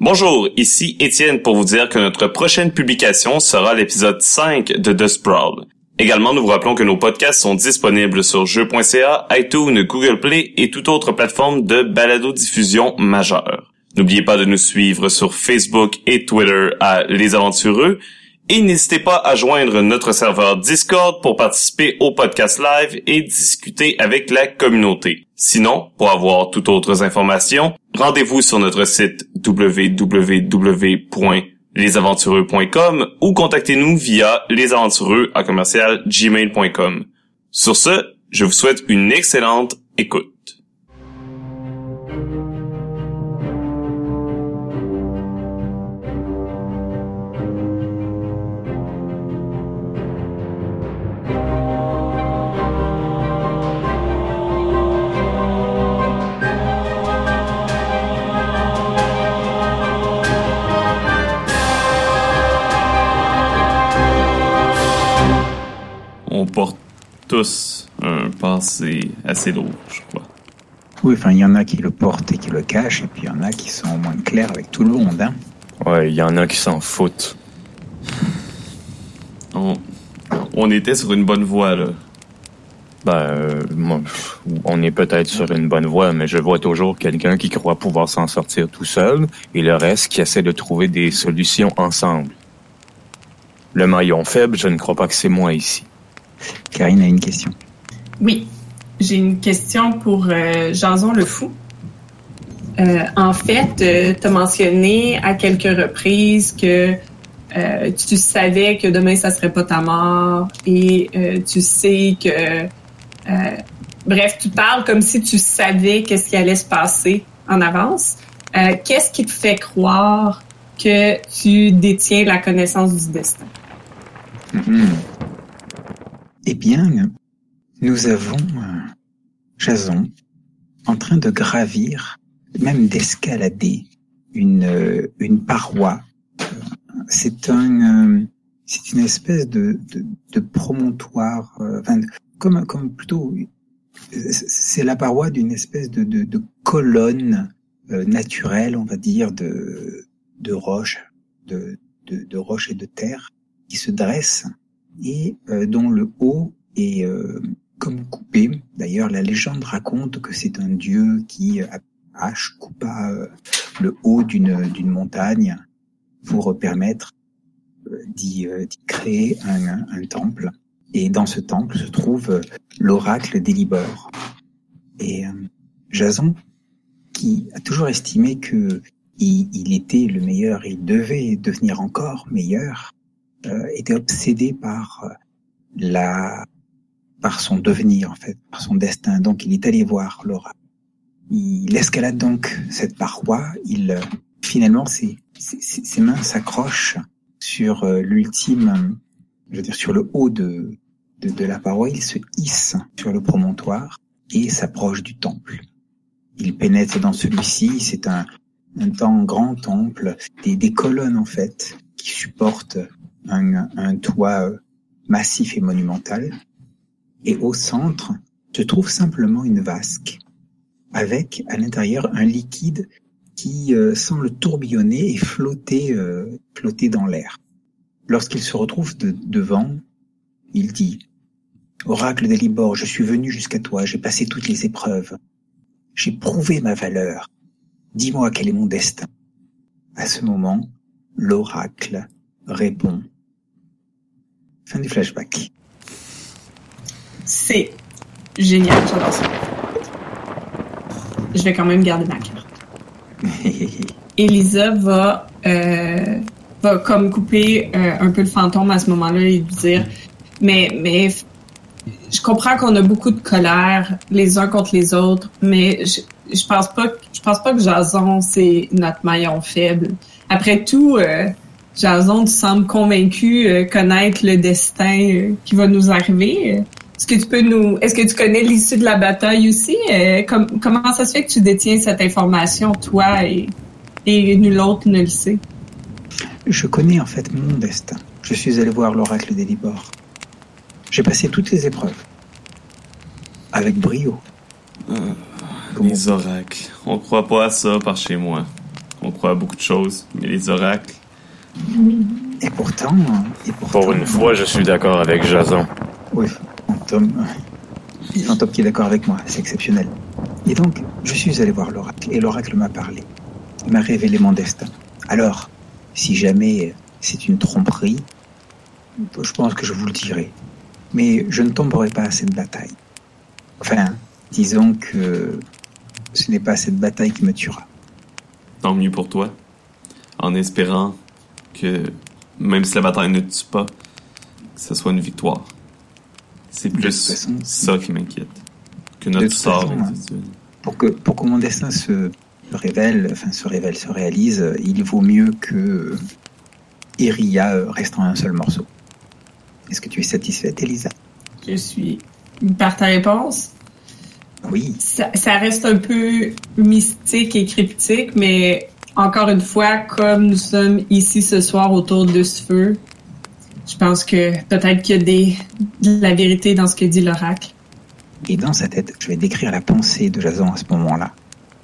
Bonjour, ici Étienne pour vous dire que notre prochaine publication sera l'épisode 5 de The Sprawl. Également, nous vous rappelons que nos podcasts sont disponibles sur jeux.ca, iTunes, Google Play et toute autre plateforme de balado-diffusion majeure. N'oubliez pas de nous suivre sur Facebook et Twitter à Les Aventureux et n'hésitez pas à joindre notre serveur Discord pour participer au podcast live et discuter avec la communauté. Sinon, pour avoir toutes autres informations, rendez-vous sur notre site www.lesaventureux.com ou contactez-nous via lesaventureux@gmail.com. Sur ce, je vous souhaite une excellente écoute. On porte tous un passé assez lourd, je crois. Oui, enfin, il y en a qui le portent et qui le cachent, et puis il y en a qui sont au moins clairs avec tout le monde, hein. Ouais, il y en a qui s'en foutent. On était sur une bonne voie, là. Moi, on est peut-être sur une bonne voie, mais je vois toujours quelqu'un qui croit pouvoir s'en sortir tout seul, et le reste qui essaie de trouver des solutions ensemble. Le maillon faible, je ne crois pas que c'est moi ici. Karine a une question. Oui, j'ai une question pour Jason le Fou. En fait, tu as mentionné à quelques reprises que tu savais que demain, ça serait pas ta mort et tu sais que... bref, tu parles comme si tu savais qu'est-ce qui allait se passer en avance. Qu'est-ce qui te fait croire que tu détiens la connaissance du destin? Eh bien, nous avons Jason en train de gravir, même d'escalader une paroi. C'est une espèce de promontoire, comme plutôt, c'est la paroi d'une espèce de colonne naturelle, on va dire, de roches, de roches et de terre qui se dresse et dont le haut est comme coupé. D'ailleurs, la légende raconte que c'est un dieu qui, à hache, coupa le haut d'une montagne pour permettre d'y créer un temple. Et dans ce temple se trouve l'oracle d'Elibor. Et Jason, qui a toujours estimé que il était le meilleur, il devait devenir encore meilleur, était obsédé par son devenir, en fait, par son destin. Donc, il est allé voir l'oracle. Il escalade donc cette paroi. Finalement, ses mains s'accrochent sur l'ultime, je veux dire, sur le haut de la paroi. Il se hisse sur le promontoire et s'approche du temple. Il pénètre dans celui-ci. C'est un grand temple, des colonnes, en fait, qui supportent un toit massif et monumental. Et au centre se trouve simplement une vasque avec à l'intérieur un liquide qui semble tourbillonner et flotter dans l'air. Lorsqu'il se retrouve devant, il dit « Oracle d'Elibor, je suis venu jusqu'à toi, j'ai passé toutes les épreuves. J'ai prouvé ma valeur. Dis-moi quel est mon destin. » À ce moment, l'oracle répond. Fin du flashback. C'est génial, j'adore ça. Je vais quand même garder ma carte. Elisa va comme couper un peu le fantôme à ce moment-là et lui dire mais je comprends qu'on a beaucoup de colère les uns contre les autres, mais je pense pas que Jason c'est notre maillon faible. Après tout, Jason semble convaincu connaître le destin qui va nous arriver. Est-ce que tu connais l'issue de la bataille aussi? Comment ça se fait que tu détiens cette information, toi, et nul autre ne le sait? Je connais en fait mon destin. Je suis allé voir l'oracle d'Elibor. J'ai passé toutes les épreuves. Avec brio. Les oracles. On croit pas à ça par chez moi. On croit à beaucoup de choses, mais les oracles... Et pourtant... Pour une fois, je suis d'accord avec Jason. Oui, Fantôme qui est d'accord avec moi, c'est exceptionnel. Et donc, je suis allé voir l'oracle, et l'oracle m'a parlé. Il m'a révélé mon destin. Alors, si jamais c'est une tromperie, je pense que je vous le dirai. Mais je ne tomberai pas à cette bataille. Enfin, disons que ce n'est pas cette bataille qui me tuera. Tant mieux pour toi. En espérant que, même si la bataille ne tue pas, que ce soit une victoire. C'est plus façon, ça qui m'inquiète. Que notre sort individuel. Pour que mon destin se réalise, il vaut mieux que Iria reste en un seul morceau. Est-ce que tu es satisfaite, Elisa? Je suis. Par ta réponse? Oui. Ça reste un peu mystique et cryptique, mais encore une fois, comme nous sommes ici ce soir autour de ce feu, je pense que peut-être qu'il y a de la vérité dans ce que dit l'oracle. Et dans sa tête, je vais décrire la pensée de Jason à ce moment-là.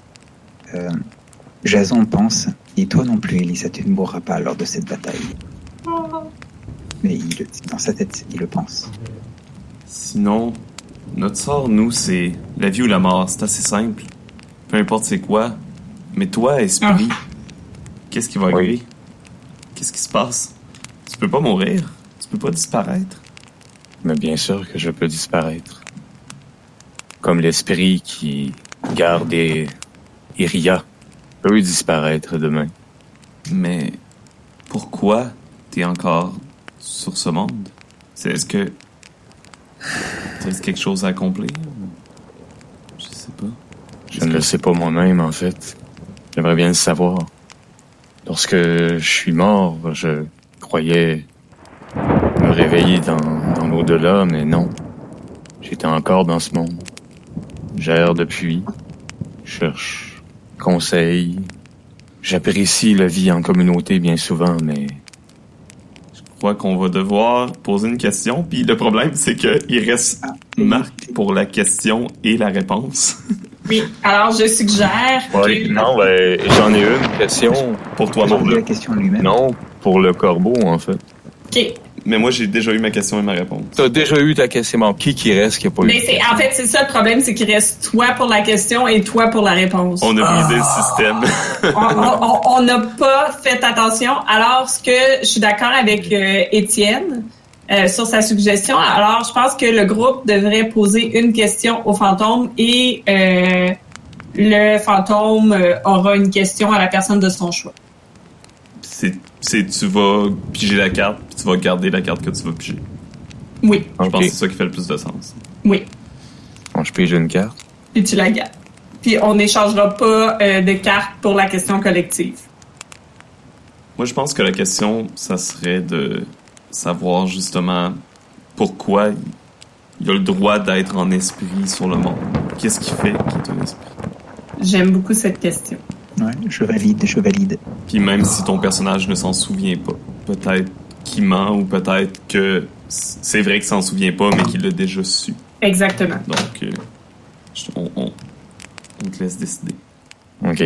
Jason pense, et toi non plus, Elisa, tu ne mourras pas lors de cette bataille. Mais dans sa tête, il le pense. Sinon, notre sort, nous, c'est la vie ou la mort. C'est assez simple. Peu importe c'est quoi. Mais toi, esprit, qu'est-ce qui va arriver? Qu'est-ce qui se passe? Tu peux pas mourir. Tu peux pas disparaître. Mais bien sûr que je peux disparaître. Comme l'esprit qui garde Iria peut disparaître demain. Mais pourquoi t'es encore sur ce monde? Est-ce que t'as quelque chose à accomplir? Je sais pas. Je ne le sais pas moi-même, en fait. J'aimerais bien le savoir. Lorsque je suis mort, je croyais me réveiller dans l'au-delà, mais non. J'étais encore dans ce monde. J'erre depuis, cherche conseil. J'apprécie la vie en communauté bien souvent, mais... Je crois qu'on va devoir poser une question, puis le problème, c'est qu'il reste Marc pour la question et la réponse. Oui, alors je suggère... Oui, non, j'en ai une question. Pour toi, Pour non. la question lui-même. Non, pour le corbeau, en fait. OK. Mais moi, j'ai déjà eu ma question et ma réponse. T'as déjà eu ta question. Qui reste qui a pas eu? Mais en fait, c'est ça le problème, c'est qu'il reste toi pour la question et toi pour la réponse. On a brisé le système. On n'a pas fait attention. Alors, je suis d'accord avec Étienne sur sa suggestion. Alors, je pense que le groupe devrait poser une question au fantôme et le fantôme aura une question à la personne de son choix. Tu vas piger la carte, puis tu vas garder la carte que tu vas piger. Oui. Je pense que c'est ça qui fait le plus de sens. Oui. Bon, je pige une carte. Puis tu la gardes. Puis on n'échangera pas de cartes pour la question collective. Moi, je pense que la question, ça serait de savoir justement pourquoi il a le droit d'être en esprit sur le monde. Qu'est-ce qui fait qu'il est un esprit? J'aime beaucoup cette question. Ouais, je valide. Puis même si ton personnage ne s'en souvient pas, peut-être qu'il ment ou peut-être que c'est vrai qu'il s'en souvient pas, mais qu'il l'a déjà su. Exactement. Donc, on te laisse décider. OK.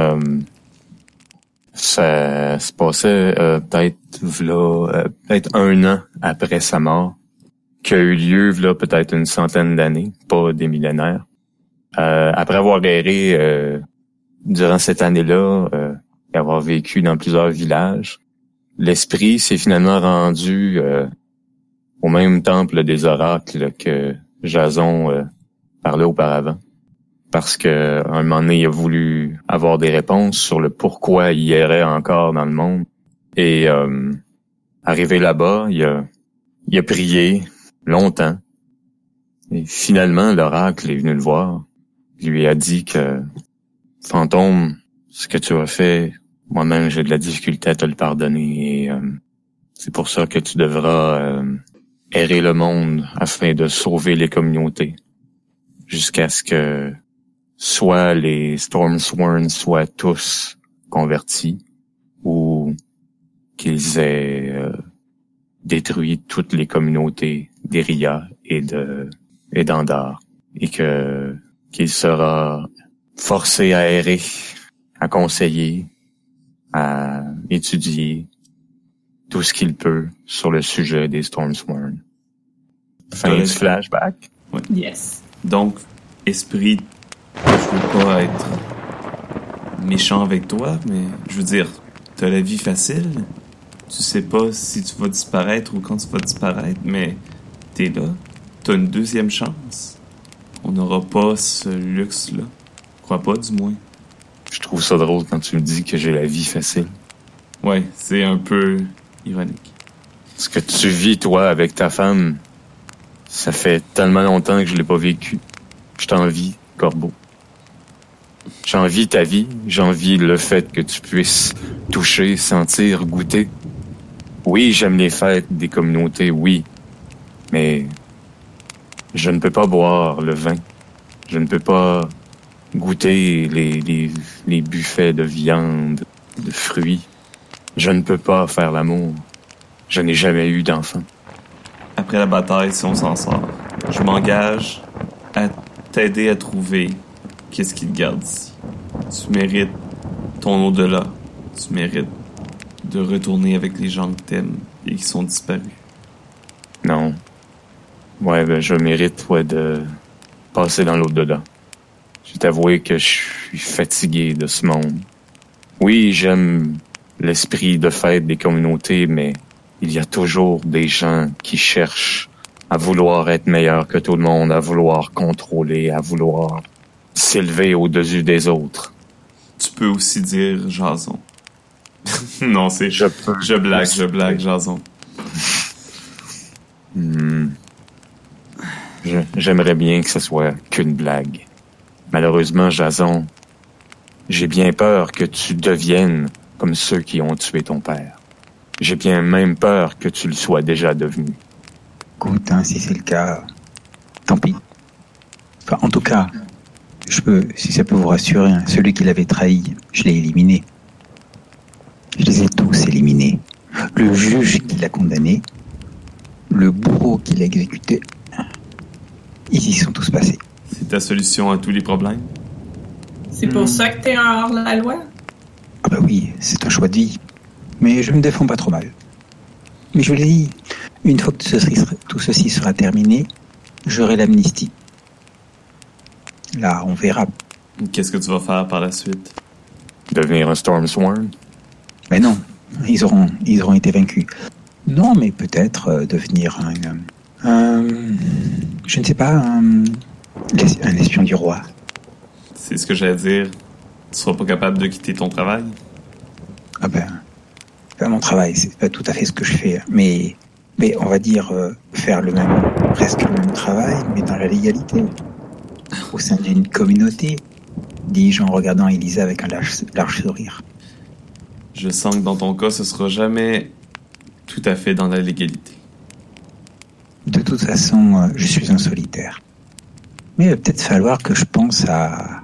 Ça se passait peut-être 1 an après sa mort, qui a eu lieu peut-être une centaine d'années, pas des millénaires. Après avoir erré durant cette année-là, et avoir vécu dans plusieurs villages, l'esprit s'est finalement rendu au même temple des oracles que Jason parlait auparavant. Parce que un moment donné, il a voulu avoir des réponses sur le pourquoi il errait encore dans le monde. Et arrivé là-bas, il a prié longtemps. Et finalement, l'oracle est venu le voir. Il lui a dit que fantôme, ce que tu as fait, moi-même j'ai de la difficulté à te le pardonner. Et c'est pour ça que tu devras errer le monde afin de sauver les communautés. Jusqu'à ce que soit les Stormsworn soient tous convertis ou qu'ils aient détruit toutes les communautés d'Iria et d'Andar et qu'il sera forcé à errer, à conseiller à étudier tout ce qu'il peut sur le sujet des Stormsworn. Fin du flashback. Ouais. Yes. Donc, esprit, je veux pas être méchant avec toi, mais je veux dire, t'as la vie facile. Tu sais pas si tu vas disparaître ou quand tu vas disparaître, mais t'es là. T'as une deuxième chance. On n'aura pas ce luxe-là. Je crois pas, du moins. Je trouve ça drôle quand tu me dis que j'ai la vie facile. Ouais, c'est un peu ironique. Ce que tu vis, toi, avec ta femme, ça fait tellement longtemps que je l'ai pas vécu. Je t'envie, Corbeau. J'envie ta vie, j'envie le fait que tu puisses toucher, sentir, goûter. Oui, j'aime les fêtes des communautés, oui. Mais je ne peux pas boire le vin. Je ne peux pas goûter les buffets de viande, de fruits. Je ne peux pas faire l'amour. Je n'ai jamais eu d'enfant. Après la bataille, si on s'en sort, je m'engage à t'aider à trouver qu'est-ce qui te garde ici. Tu mérites ton au-delà. Tu mérites de retourner avec les gens que t'aimes et qui sont disparus. Non. Ouais, ben je mérite de passer dans l'au-delà. Je vais t'avouer que je suis fatigué de ce monde. Oui, j'aime l'esprit de fête des communautés, mais il y a toujours des gens qui cherchent à vouloir être meilleurs que tout le monde, à vouloir contrôler, à vouloir s'élever au-dessus des autres. Tu peux aussi dire Jason. Non, c'est... Je blague, Jason. J'aimerais bien que ce soit qu'une blague. Malheureusement, Jason, j'ai bien peur que tu deviennes comme ceux qui ont tué ton père. J'ai bien même peur que tu le sois déjà devenu. Écoute, si c'est le cas, tant pis. Enfin, en tout cas, si ça peut vous rassurer, celui qui l'avait trahi, je l'ai éliminé. Je les ai tous éliminés. Le juge qui l'a condamné, le bourreau qui l'a exécuté, ils y sont tous passés. C'est ta solution à tous les problèmes? C'est pour ça que t'es un hors-la-loi? Ah bah oui, c'est un choix de vie. Mais je me défends pas trop mal. Mais je vous l'ai dit, une fois que tout ceci sera terminé, j'aurai l'amnistie. Là, on verra. Qu'est-ce que tu vas faire par la suite? Devenir un Stormsworn? Mais non, ils auront été vaincus. Non, mais peut-être devenir je ne sais pas, un espion du roi. C'est ce que j'allais dire. Tu seras pas capable de quitter ton travail? Ah ben mon travail, c'est pas tout à fait ce que je fais, mais on va dire faire presque le même travail, mais dans la légalité, au sein d'une communauté, dis-je en regardant Elisa avec un large sourire. Je sens que dans ton cas, ce sera jamais tout à fait dans la légalité. De toute façon, je suis un solitaire. Mais il va peut-être falloir que je pense à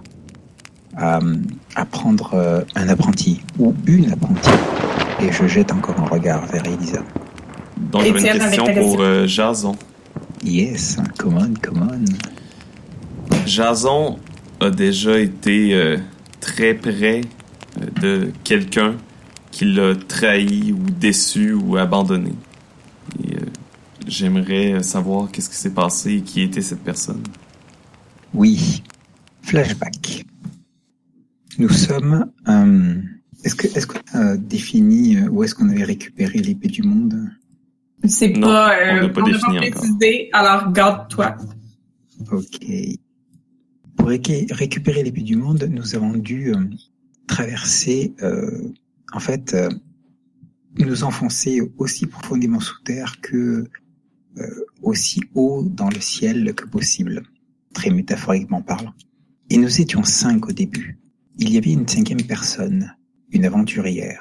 prendre un apprenti ou une apprentie. Et je jette encore un regard vers Elisa. Donc, j'avais une question pour Jason. Yes, come on. Jason a déjà été très près de quelqu'un qui l'a trahi ou déçu ou abandonné. Et j'aimerais savoir qu'est-ce qui s'est passé et qui était cette personne. Oui, flashback. Nous sommes... Est-ce qu'on a défini où est-ce qu'on avait récupéré l'épée du monde? C'est non, pas... on n'a pas défini encore. Précisé, alors garde-toi. Ok. Pour récupérer l'épée du monde, nous avons dû traverser... nous enfoncer aussi profondément sous terre que aussi haut dans le ciel que possible, très métaphoriquement parlant. Et nous étions 5 au début. Il y avait une 5e personne, une aventurière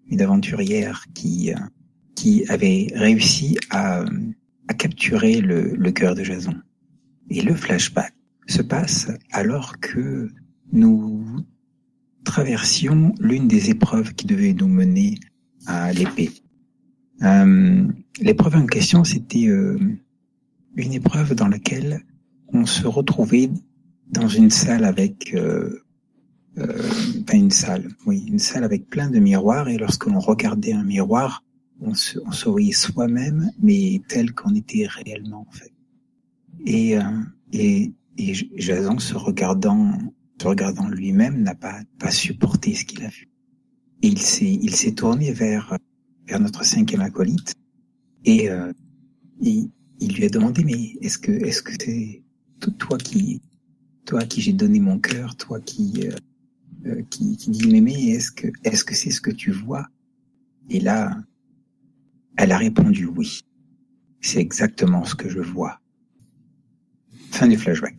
qui avait réussi à capturer le cœur de Jason. Et le flashback se passe alors que nous traversions l'une des épreuves qui devait nous mener à l'épée. L'épreuve en question, c'était une épreuve dans laquelle on se retrouvait dans une salle avec une salle, oui, une salle avec plein de miroirs, et lorsque l'on regardait un miroir, on se voyait soi-même, mais tel qu'on était réellement, en fait. Et Jason, se regardant lui-même, n'a pas supporté ce qu'il a vu. Et il s'est tourné vers notre 5e acolyte, et il lui a demandé, mais est-ce que c'est toi qui j'ai donné mon cœur, toi qui dit m'aimer, est-ce que c'est ce que tu vois? Et là, elle a répondu oui. C'est exactement ce que je vois. Fin du flashback.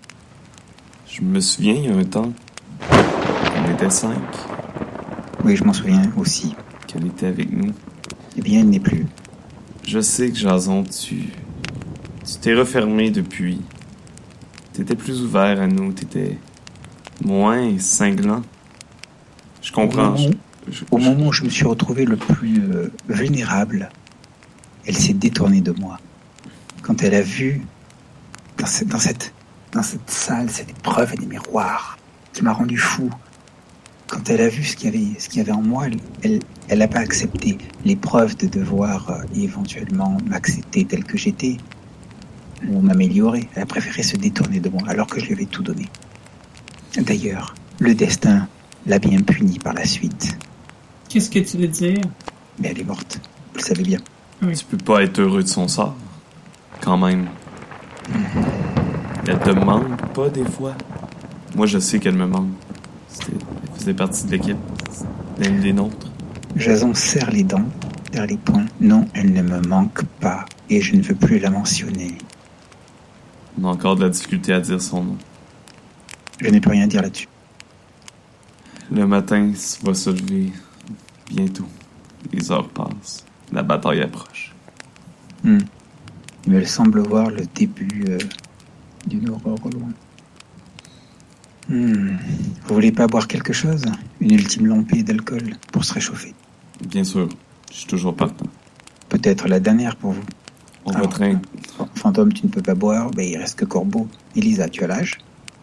Je me souviens, il y a un temps, on était 5, Oui, je m'en souviens aussi. qu'elle était avec nous. Eh bien, elle n'est plus. Je sais que Jason, tu t'es refermé depuis. T'étais plus ouvert à nous, t'étais moins cinglant. Je comprends. Au moment où je me suis retrouvé le plus vulnérable, elle s'est détournée de moi. Quand elle a vu dans cette salle cette épreuve des miroirs qui m'a rendu fou, quand elle a vu ce qu'il y avait en moi, elle n'a pas accepté l'épreuve de devoir éventuellement m'accepter tel que j'étais ou m'améliorer. Elle a préféré se détourner de moi alors que je lui avais tout donné. D'ailleurs, le destin l'a bien punie par la suite. Qu'est-ce que tu veux dire? Mais elle est morte, vous le savez bien. Oui. Tu peux pas être heureux de son sort, quand même. Elle te manque pas des fois? Moi, je sais qu'elle me manque. Elle faisait partie de l'équipe. C'était une des nôtres. Jason serre les dents, serre les poings. Non, elle ne me manque pas et je ne veux plus la mentionner. On a encore de la difficulté à dire son nom. Je n'ai plus rien à dire là-dessus. Le matin va se lever bientôt. Les heures passent. La bataille approche. Mais elle semble voir le début d'une aurore au loin. Vous voulez pas boire quelque chose? Une ultime lampée d'alcool pour se réchauffer? Bien sûr, je suis toujours partant. Peut-être la dernière pour vous. On va traîner. Fantôme, tu ne peux pas boire, il reste que Corbeau. Elisa, tu as l'âge?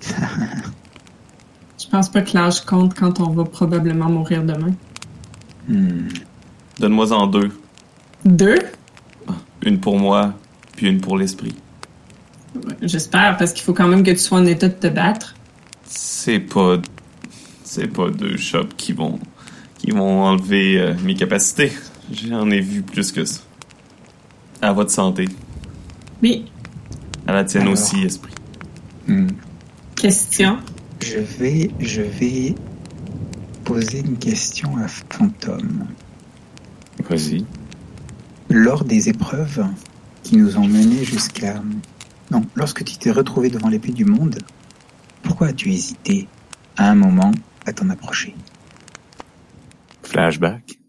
Je pense pas que l'âge compte quand on va probablement mourir demain. Donne-moi-en 2. 2? Une pour moi, puis une pour l'esprit. J'espère, parce qu'il faut quand même que tu sois en état de te battre. C'est pas 2 shops qui vont enlever mes capacités. J'en ai vu plus que ça. À votre santé. Oui. À la tienne Alors. aussi, esprit. Question. Je vais poser une question à Fantôme. Vas-y. Lors des épreuves qui nous ont menés lorsque tu t'es retrouvé devant l'épée du monde, pourquoi as-tu hésité à un moment à t'en approcher? Flashback.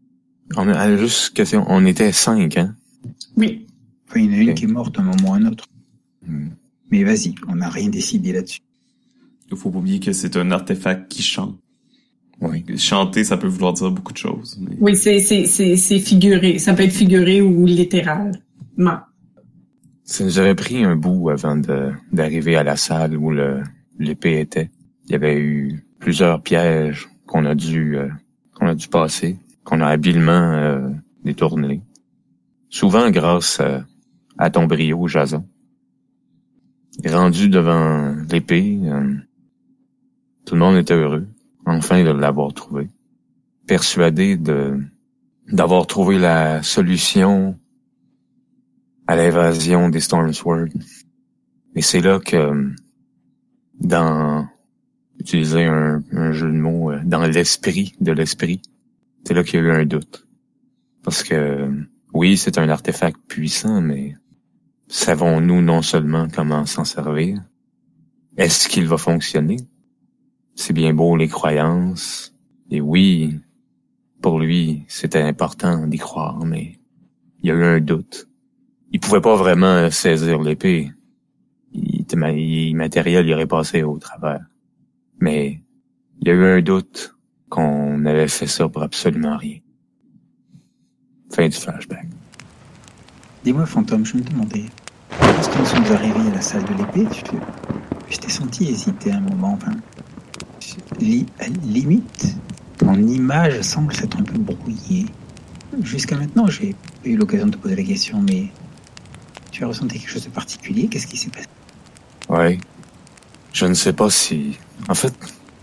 On était 5, hein? Oui. Il y en a une Ok. qui est morte un moment ou un autre. Mais vas-y, on n'a rien décidé là-dessus. Il faut pas oublier que c'est un artefact qui chante. Oui. Chanter, ça peut vouloir dire beaucoup de choses. Mais... Oui, c'est figuré. Ça peut être figuré ou littéralement. Ça nous avait pris un bout avant d'arriver à la salle où l'épée était. Il y avait eu plusieurs pièges qu'on a dû passer, qu'on a habilement détournés. Souvent grâce à ton brio, Jason. Rendu devant l'épée, tout le monde était heureux, enfin de l'avoir trouvé. Persuadé d'avoir trouvé la solution à l'invasion des Stormsword. Et c'est là que, utiliser un jeu de mots, dans l'esprit de l'esprit, c'est là qu'il y a eu un doute. Parce que, oui, c'est un artefact puissant, mais savons-nous non seulement comment s'en servir? Est-ce qu'il va fonctionner? C'est bien beau les croyances. Et oui, pour lui, c'était important d'y croire, mais il y a eu un doute. Il pouvait pas vraiment saisir l'épée. Immatériel, il aurait passé au travers. Mais il y a eu un doute qu'on avait fait ça pour absolument rien. Fin du flashback. Dis-moi, Fantôme, je me demandais, lorsque nous sommes arrivés à la salle de l'épée, je t'ai senti hésiter un moment, Limite, ton image semble s'être un peu brouillée. Jusqu'à maintenant, j'ai eu l'occasion de te poser la question, mais tu as ressenti quelque chose de particulier? Qu'est-ce qui s'est passé? Ouais. Je ne sais pas si... En fait...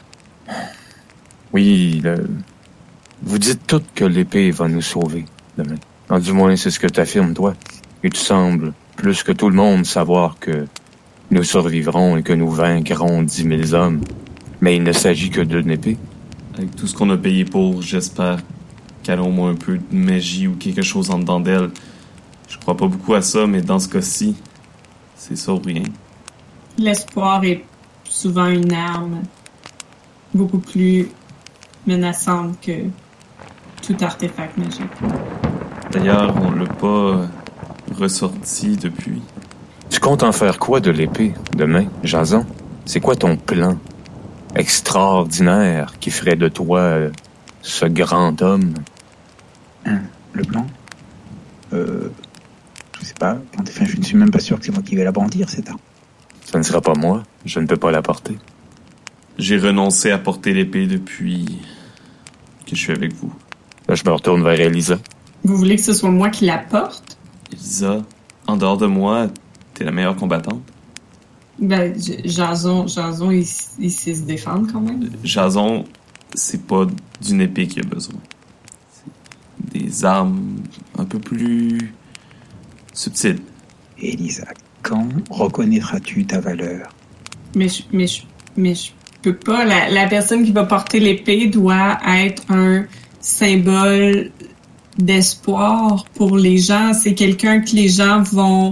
Oui, vous dites toutes que l'épée va nous sauver demain. Alors, du moins, c'est ce que t'affirmes, toi. Et tu sembles, plus que tout le monde, savoir que nous survivrons et que nous vaincrons 10 000 hommes. Mais il ne s'agit que d'une épée. Avec tout ce qu'on a payé pour, j'espère qu'elle a au moins un peu de magie ou quelque chose en dedans d'elle. Je crois pas beaucoup à ça, mais dans ce cas-ci, c'est ça ou rien. L'espoir est souvent une arme beaucoup plus menaçante que tout artefact magique. D'ailleurs, on l'a pas ressorti depuis. Tu comptes en faire quoi de l'épée, demain, Jason? C'est quoi ton plan extraordinaire qui ferait de toi ce grand homme? Le plan? Je sais pas. Enfin, je ne suis même pas sûr que c'est moi qui vais la brandir, cette arme. Ça ne sera pas moi. Je ne peux pas la porter. J'ai renoncé à porter l'épée depuis que je suis avec vous. Là, je me retourne vers Elisa. Vous voulez que ce soit moi qui la porte? Elisa, en dehors de moi, t'es la meilleure combattante. Ben, Jason, il sait se défendre quand même. Jason, c'est pas d'une épée qu'il a besoin. C'est des armes un peu plus subtiles. Elisa, quand reconnaîtras-tu ta valeur? Mais je peux pas. La personne qui va porter l'épée doit être un symbole d'espoir pour les gens. C'est quelqu'un que les gens vont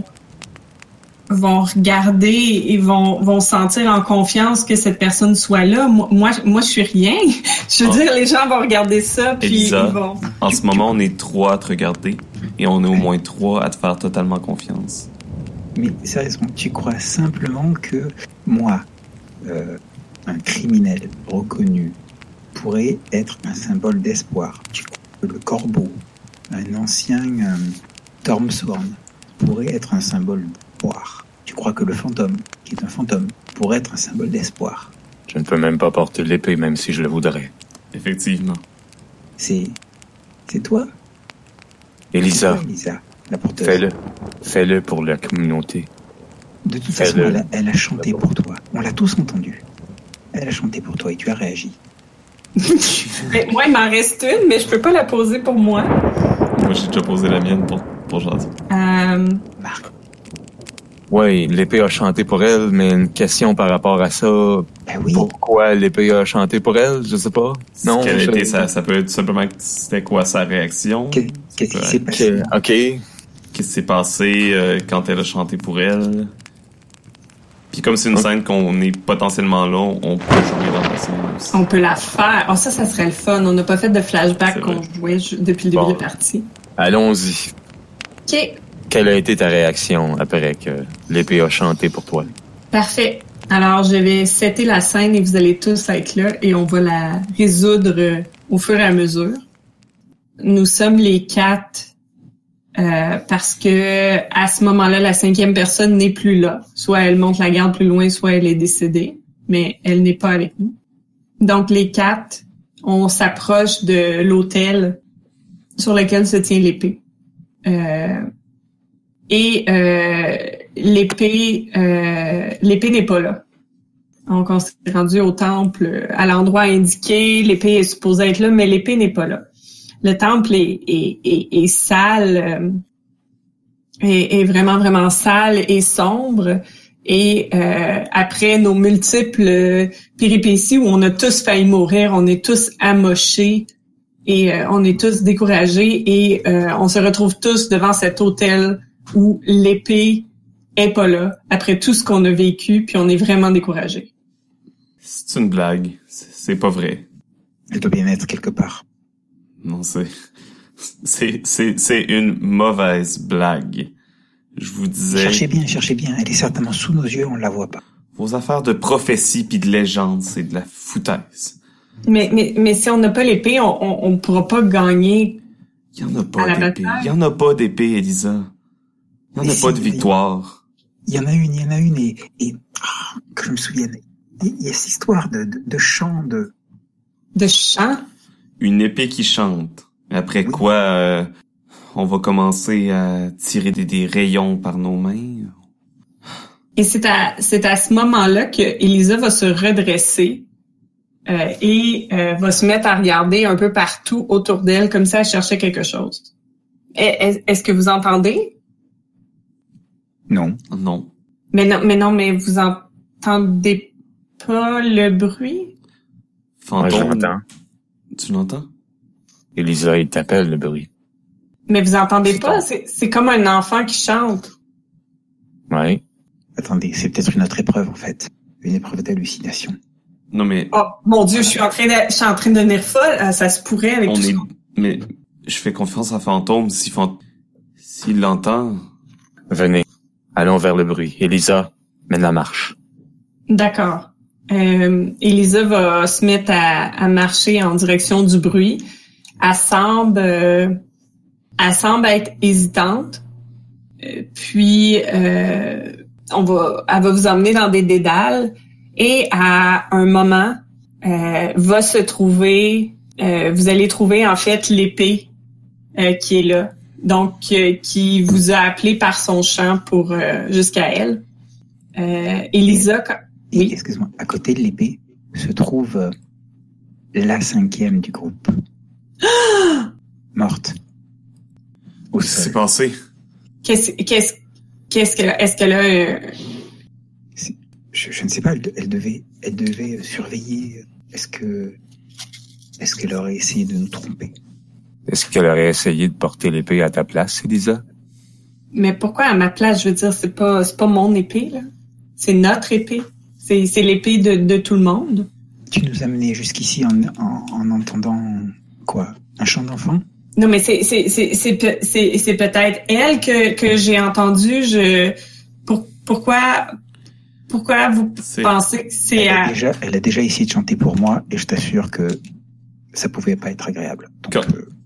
regarder et vont sentir en confiance que cette personne soit là. Moi je suis rien. Je veux dire, les gens vont regarder ça, puis Elisa, ils vont... En ce moment, on est 3 à te regarder et on est au moins 3 à te faire totalement confiance. Mais sérieusement, tu crois simplement que moi, un criminel reconnu, pourrait être un symbole d'espoir? Tu crois que le corbeau, un ancien Tormshorn, pourrait être un symbole d'espoir? Tu crois que le fantôme, qui est un fantôme, pourrait être un symbole d'espoir? Je ne peux même pas porter l'épée, même si je le voudrais. Effectivement. C'est toi? Elisa, C'est toi, Elisa, la porteuse. Fais-le pour la communauté. De toute façon, elle a chanté pour toi. On l'a tous entendu. Elle a chanté pour toi et tu as réagi. Mais moi, il m'en reste une, mais je peux pas la poser pour moi. Moi, j'ai déjà posé la mienne pour Jason. Marc. Oui, l'épée a chanté pour elle, mais une question par rapport à ça. Ben oui. Pourquoi l'épée a chanté pour elle? Je sais pas. Non. Ça peut être simplement que c'était quoi sa réaction. Qu'est-ce qui s'est passé? OK. Qu'est-ce qui s'est passé quand elle a chanté pour elle. Puis comme c'est une scène qu'on est potentiellement là, on peut jouer dans la scène aussi. On peut la faire. Oh, ça serait le fun. On n'a pas fait de flashback qu'on jouait depuis le début de la partie. Allons-y. OK. Quelle a été ta réaction après que l'épée a chanté pour toi? Parfait. Alors, je vais setter la scène et vous allez tous être là et on va la résoudre au fur et à mesure. Nous sommes les 4 parce que à ce moment-là, la 5e personne n'est plus là. Soit elle monte la garde plus loin, soit elle est décédée, mais elle n'est pas avec nous. Donc, les 4, on s'approche de l'autel sur lequel se tient l'épée. L'épée n'est pas là. Donc, on s'est rendu au temple à l'endroit indiqué. L'épée est supposée être là, mais l'épée n'est pas là. Le temple est sale, est vraiment, vraiment sale et sombre. Et après nos multiples péripéties où on a tous failli mourir, on est tous amochés et on est tous découragés et on se retrouve tous devant cet autel où l'épée est pas là, après tout ce qu'on a vécu, puis on est vraiment découragé. C'est une blague. C'est pas vrai. Elle doit bien être quelque part. Non, c'est une mauvaise blague. Je vous disais... Cherchez bien. Elle est certainement sous nos yeux, on la voit pas. Vos affaires de prophétie pis de légende, c'est de la foutaise. Mais si on n'a pas l'épée, on pourra pas gagner. Il y en a pas d'épée. Il y en a pas d'épée, Elisa. Il y en a pas de victoire. Il y en a une et que je me souvienne. Il y a cette histoire de chant, De chant? Une épée qui chante. Après quoi, on va commencer à tirer des rayons par nos mains. Et c'est à ce moment-là que Elisa va se redresser et va se mettre à regarder un peu partout autour d'elle, comme si elle cherchait quelque chose. Est-ce que vous entendez? Non. Non. Mais vous entendez pas le bruit? Moi, je Fantôme, l'entends. tu l'entends? Elisa, il t'appelle, le bruit. Mais vous entendez pas? C'est comme un enfant qui chante. Oui. Attendez, c'est peut-être une autre épreuve, en fait. Une épreuve d'hallucination. Non, mais Oh, mon Dieu, je suis en train de devenir folle. Ça se pourrait avec tout ça. Mais je fais confiance à Fantôme. S'il l'entend... Venez. Allons vers le bruit. Elisa, mène la marche. D'accord. Elisa va se mettre à marcher en direction du bruit. Elle semble être hésitante. Puis elle va vous emmener dans des dédales et à un moment va se trouver, vous allez trouver en fait l'épée qui est là, donc qui vous a appelé par son chant pour jusqu'à elle. Elisa, oui. Excuse-moi, à côté de l'épée se trouve la 5e du groupe. Morte. Au Qu'est-ce qui s'est sol. passé? Est-ce qu'elle a Je ne sais pas, elle devait surveiller. Est-ce qu'elle aurait essayé de nous tromper? Est-ce qu'elle aurait essayé de porter l'épée à ta place, Elisa? Mais pourquoi à ma place? Je veux dire, c'est pas mon épée, là. C'est notre épée. C'est l'épée de tout le monde. Tu nous as menés jusqu'ici en entendant quoi? Un chant d'enfant? Non, mais c'est peut-être elle que j'ai entendu. Pourquoi vous pensez que c'est Elle a déjà essayé de chanter pour moi et je t'assure que ça pouvait pas être agréable. Donc,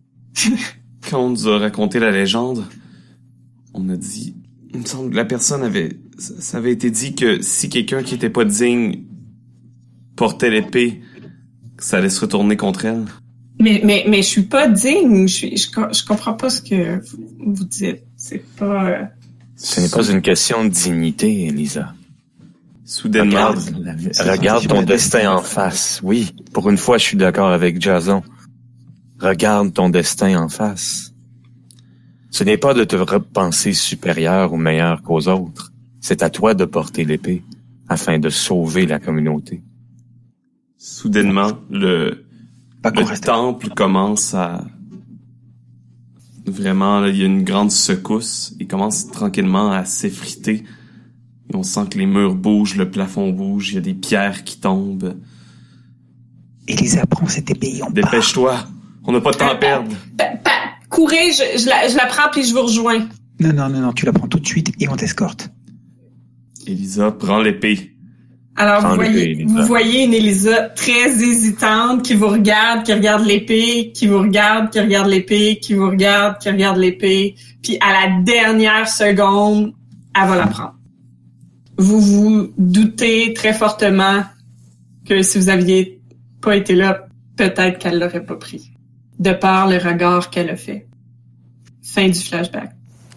Quand on nous a raconté la légende, on a dit... Il me semble que la personne ça avait été dit que si quelqu'un qui était pas digne portait l'épée, que ça allait se retourner contre elle. Mais je suis pas digne. Je comprends pas ce que vous dites. C'est pas... Ce n'est pas une question de dignité, Elisa. Soudainement... Regarde ton destin en face. Oui, pour une fois, je suis d'accord avec Jason. Regarde ton destin en face. Ce n'est pas de te penser supérieur ou meilleur qu'aux autres. C'est à toi de porter l'épée afin de sauver la communauté. Soudainement, le temple commence à... Vraiment, là, il y a une grande secousse. Il commence tranquillement à s'effriter. Et on sent que les murs bougent, le plafond bouge, il y a des pierres qui tombent. Elisa, prends cette épée et on part. Dépêche-toi, on n'a pas de temps à perdre. Courez, je la prends puis je vous rejoins. Non, tu la prends tout de suite et on t'escorte. Elisa, prends l'épée. Alors, Elisa. vous voyez une Elisa très hésitante qui vous regarde, qui regarde l'épée, qui vous regarde, qui regarde l'épée, qui vous regarde, qui regarde l'épée. Puis à la dernière seconde, elle va la prendre. Vous vous doutez très fortement que si vous aviez pas été là, peut-être qu'elle l'aurait pas pris. De par le regard qu'elle a fait. Fin du flashback.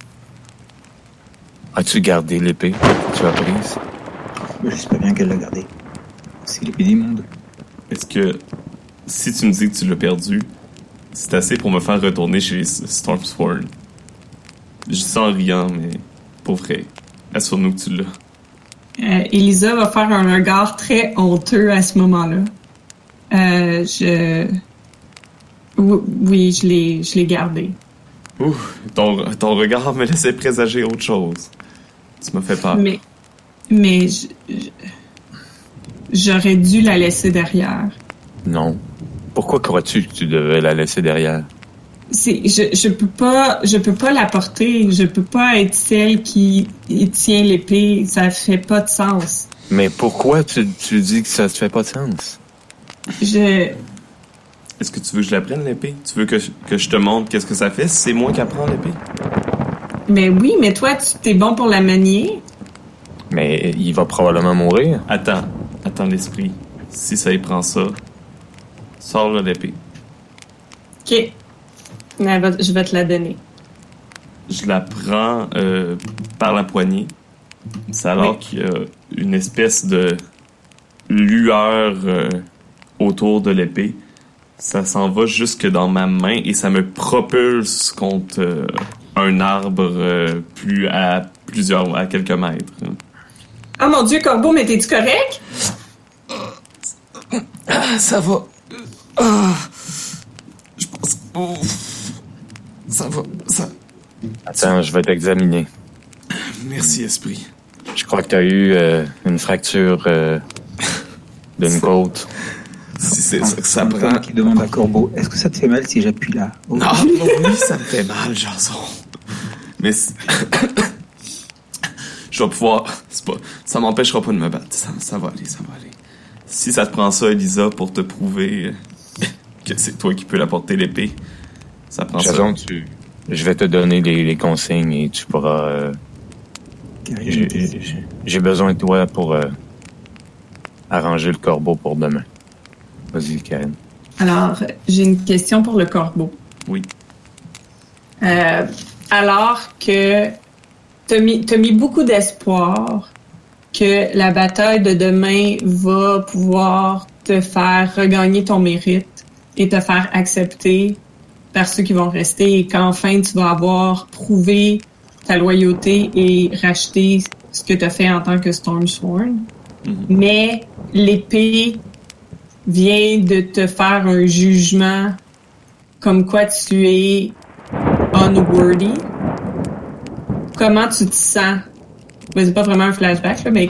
As-tu gardé l'épée que tu as prise? J'espère bien qu'elle l'a gardée. C'est l'épée des mondes. Est-ce que, si tu me dis que tu l'as perdu, c'est assez pour me faire retourner chez les Stormsworn? Je dis ça en riant, mais pour vrai, assure-nous que tu l'as. Elisa va faire un regard très honteux à ce moment-là. Oui, je l'ai gardé. Ouf, ton regard me laissait présager autre chose. Tu m'as fait peur. Mais j'aurais dû la laisser derrière. Non. Pourquoi crois-tu que tu devais la laisser derrière? Je peux pas la porter. Je peux pas être celle qui tient l'épée. Ça fait pas de sens. Mais pourquoi tu dis que ça te fait pas de sens? Est-ce que tu veux que je la prenne, l'épée? Tu veux que je te montre qu'est-ce que ça fait si c'est moi qui apprends l'épée? Mais oui, mais toi, tu t'es bon pour la manier. Mais il va probablement mourir. Attends. Attends l'esprit. Si ça y prend ça, sors l'épée. Ok. Je vais te la donner. Je la prends par la poignée. C'est alors qu'il y a une espèce de lueur autour de l'épée. Ça s'en va jusque dans ma main et ça me propulse contre un arbre à quelques mètres. Ah mon Dieu, Corbeau, mais t'es-tu correct? Ça va. Je pense. Ça va. Attends, je vais t'examiner. Merci, esprit. Je crois que t'as eu une fracture d'une côte. Si c'est ça que ça prend. Antoine qui demande à Corbeau, est-ce que ça te fait mal si j'appuie là? Non, oui, ça me fait mal, Jason. Mais je vais pouvoir... Ça m'empêchera pas de me battre. Ça va aller. Si ça te prend ça, Elisa, pour te prouver que c'est toi qui peux la porter l'épée, ça prend Jason, ça. Je vais te donner les consignes et tu pourras... J'ai besoin de toi pour arranger le corbeau pour demain. Vas-y, Karen. Alors, j'ai une question pour le corbeau. Oui. Alors que t'as mis beaucoup d'espoir que la bataille de demain va pouvoir te faire regagner ton mérite et te faire accepter par ceux qui vont rester et qu'enfin tu vas avoir prouvé ta loyauté et racheté ce que tu as fait en tant que Stormsworn. Mm-hmm. Mais l'épée vient de te faire un jugement comme quoi tu es unworthy. Comment tu te sens? Ben, c'est pas vraiment un flashback, là, mais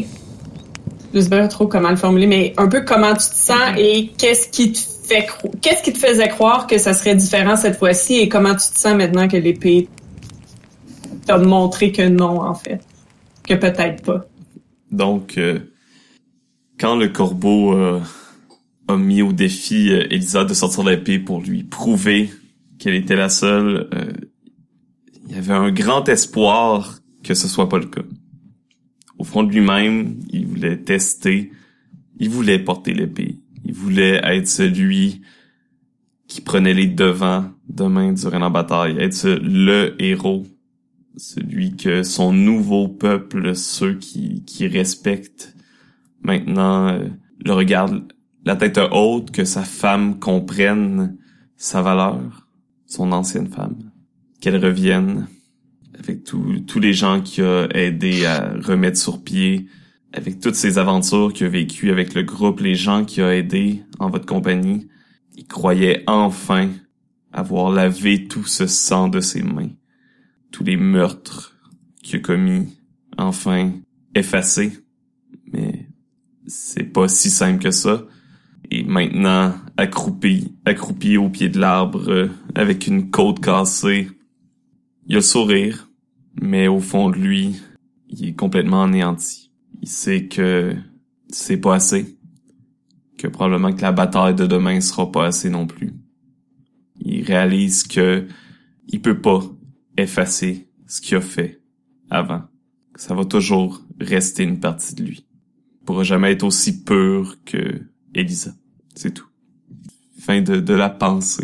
je sais pas trop comment le formuler, mais un peu comment tu te sens et qu'est-ce qui te faisait croire que ça serait différent cette fois-ci et comment tu te sens maintenant que l'épée t'a montré que non, en fait. Que peut-être pas. Donc, quand le corbeau a mis au défi Elisa de sortir l'épée pour lui prouver qu'elle était la seule, il y avait un grand espoir que ce soit pas le cas. Au fond de lui-même, il voulait tester, il voulait porter l'épée, il voulait être celui qui prenait les devants demain durant la bataille, être le héros, celui que son nouveau peuple, ceux qui respectent maintenant, le regardent la tête haute, que sa femme comprenne sa valeur, son ancienne femme, qu'elle revienne avec tous les gens qu'il a aidé à remettre sur pied, avec toutes ces aventures qu'il a vécues avec le groupe, les gens qu'il a aidés en votre compagnie. Il croyait enfin avoir lavé tout ce sang de ses mains. Tous les meurtres qu'il a commis, enfin effacés. Mais c'est pas si simple que ça. Et maintenant, accroupi au pied de l'arbre, avec une côte cassée, il a le sourire, mais au fond de lui, il est complètement anéanti. Il sait que c'est pas assez, que probablement que la bataille de demain sera pas assez non plus. Il réalise que il peut pas effacer ce qu'il a fait avant. Ça va toujours rester une partie de lui. Il pourra jamais être aussi pur que Elisa. C'est tout. Fin de la pensée.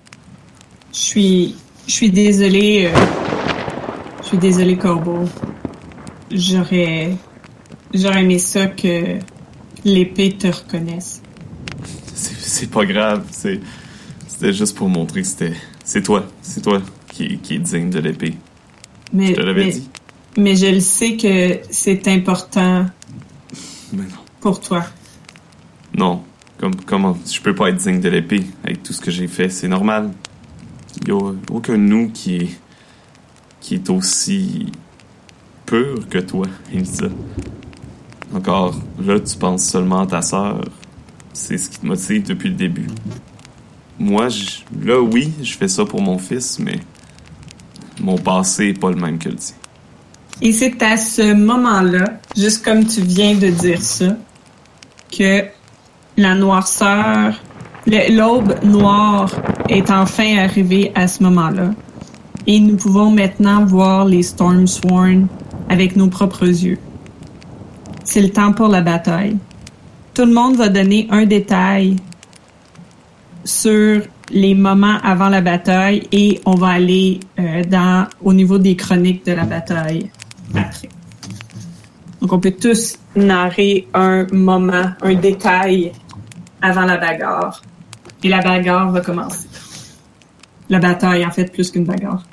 Je suis désolée. Je suis désolée, Corbeau. J'aurais aimé ça que l'épée te reconnaisse. C'est pas grave. C'était juste pour montrer que c'est toi qui est digne de l'épée. Je te l'avais dit. Mais je le sais que c'est important. Mais non. Pour toi. Non. Comment je peux pas être digne de l'épée avec tout ce que j'ai fait? C'est normal. Il y a aucun de nous qui est aussi pur que toi, Elisa. Encore, là, tu penses seulement à ta sœur. C'est ce qui te motive depuis le début. Moi, oui, je fais ça pour mon fils, mais mon passé est pas le même que le tien. Et c'est à ce moment-là, juste comme tu viens de dire ça, que la noirceur, l'aube noire est enfin arrivée à ce moment-là. Et nous pouvons maintenant voir les Stormsworn avec nos propres yeux. C'est le temps pour la bataille. tout le monde va donner un détail sur les moments avant la bataille et on va aller au niveau des chroniques de la bataille après. Donc, on peut tous narrer un moment, un détail avant la bagarre. Et la bagarre va commencer. La bataille, en fait, plus qu'une bagarre.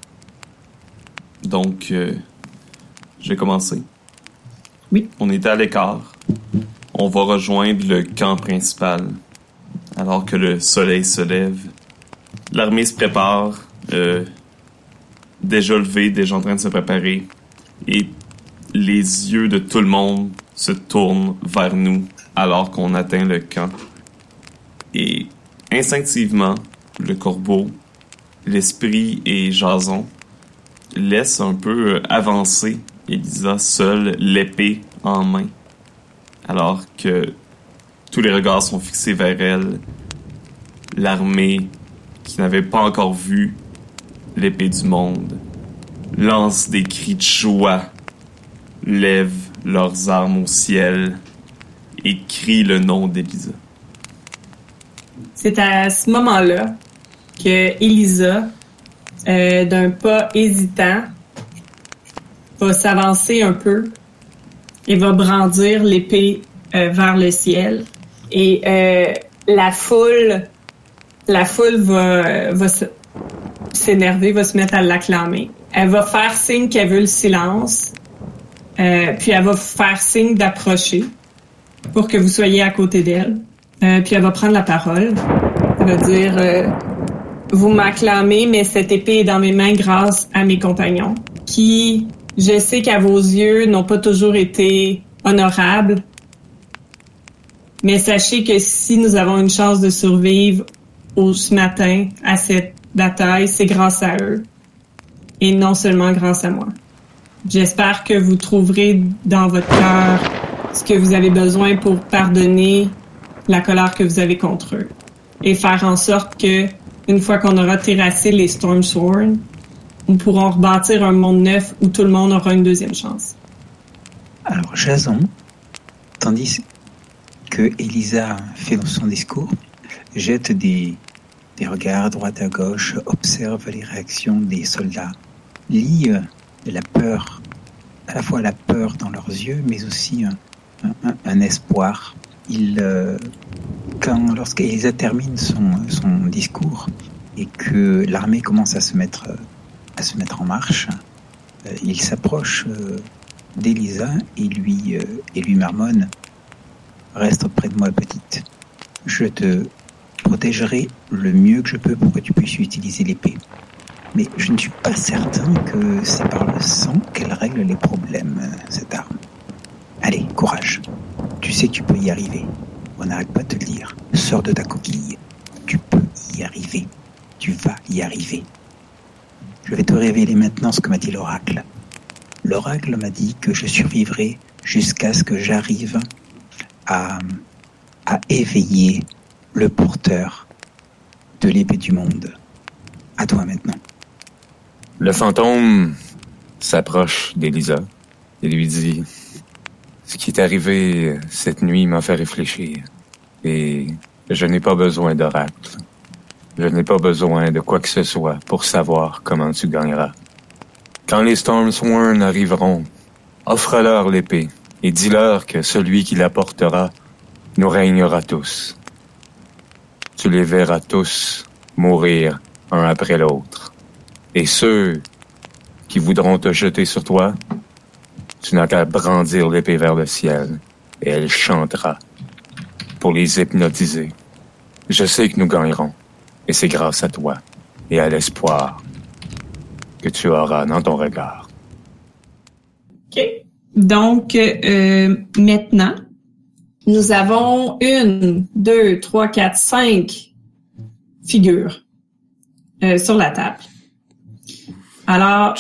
Donc, je vais commencer. Oui. On est à l'écart. On va rejoindre le camp principal. Alors que le soleil se lève. L'armée se prépare. Déjà levée, déjà en train de se préparer. Et les yeux de tout le monde se tournent vers nous alors qu'on atteint le camp. Et instinctivement, le corbeau, l'esprit et Jason laissent un peu avancer Elisa seule, l'épée en main. Alors que tous les regards sont fixés vers elle. L'armée, qui n'avait pas encore vu l'épée du monde, lance des cris de joie, lève leurs armes au ciel et crie le nom d'Elisa. C'est à ce moment-là que Elisa, d'un pas hésitant, va s'avancer un peu et va brandir l'épée vers le ciel. Et la foule va s'énerver, va se mettre à l'acclamer. Elle va faire signe qu'elle veut le silence, puis elle va faire signe d'approcher pour que vous soyez à côté d'elle. Puis elle va prendre la parole. Elle va dire vous m'acclamez, mais cette épée est dans mes mains grâce à mes compagnons, qui, je sais qu'à vos yeux, n'ont pas toujours été honorables. Mais sachez que si nous avons une chance de survivre ce matin à cette bataille, c'est grâce à eux. Et non seulement grâce à moi. J'espère que vous trouverez dans votre cœur ce que vous avez besoin pour pardonner la colère que vous avez contre eux. Et faire en sorte que, une fois qu'on aura terrassé les Stormsworn, nous pourrons rebâtir un monde neuf où tout le monde aura une deuxième chance. Alors, Jason, tandis que Elisa fait dans son discours, jette des regards à droite à gauche, observe les réactions des soldats, lit la peur, à la fois la peur dans leurs yeux, mais aussi un espoir. Lorsqu'Elisa termine son discours et que l'armée commence à se mettre en marche, il s'approche d'Elisa et lui marmonne: reste auprès de moi, petite. Je te protégerai le mieux que je peux pour que tu puisses utiliser l'épée. Mais je ne suis pas certain que c'est par le sang qu'elle règle les problèmes, cette arme. Allez, courage. Tu sais que tu peux y arriver. On n'arrête pas de te le dire. Sors de ta coquille. Tu peux y arriver. Tu vas y arriver. Je vais te révéler maintenant ce que m'a dit l'oracle. L'oracle m'a dit que je survivrai jusqu'à ce que j'arrive à éveiller le porteur de l'épée du monde. À toi maintenant. Le fantôme s'approche d'Elisa et lui dit: ce qui est arrivé cette nuit m'a fait réfléchir. Et je n'ai pas besoin d'oracle. Je n'ai pas besoin de quoi que ce soit pour savoir comment tu gagneras. Quand les Stormsworn arriveront, offre-leur l'épée et dis-leur que celui qui la portera nous régnera tous. Tu les verras tous mourir un après l'autre. Et ceux qui voudront te jeter sur toi, tu n'as qu'à brandir l'épée vers le ciel et elle chantera pour les hypnotiser. Je sais que nous gagnerons et c'est grâce à toi et à l'espoir que tu auras dans ton regard. OK. Donc, maintenant, nous avons 1, 2, 3, 4, 5 figures sur la table. Alors,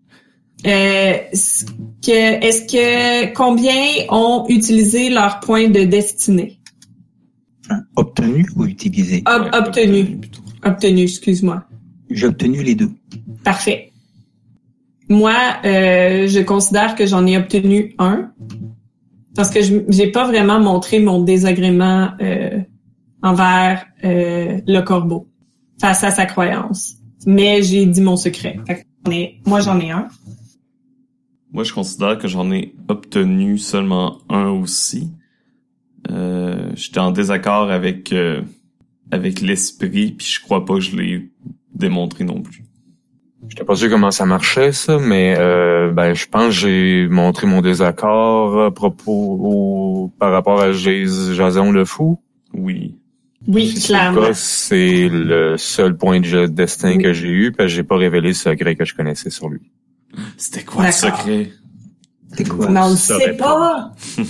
combien ont utilisé leur point de destinée? Obtenu ou utilisé? Obtenu, excuse-moi. J'ai obtenu les deux. Parfait. Moi, je considère que j'en ai obtenu un. Parce que j'ai pas vraiment montré mon désagrément envers le corbeau face à sa croyance. Mais j'ai dit mon secret. Moi, j'en ai un. Moi, je considère que j'en ai obtenu seulement un aussi. J'étais en désaccord avec l'esprit, puis je crois pas que je l'ai démontré non plus. Je t'ai pas sûr comment ça marchait, ça, mais je pense que j'ai montré mon désaccord par rapport à Jason le fou. Oui. Oui, si clairement. C'est, c'est le seul point de destin que j'ai eu, parce que j'ai pas révélé le secret que je connaissais sur lui. C'était quoi le secret? C'était quoi? Mais on le sait pas.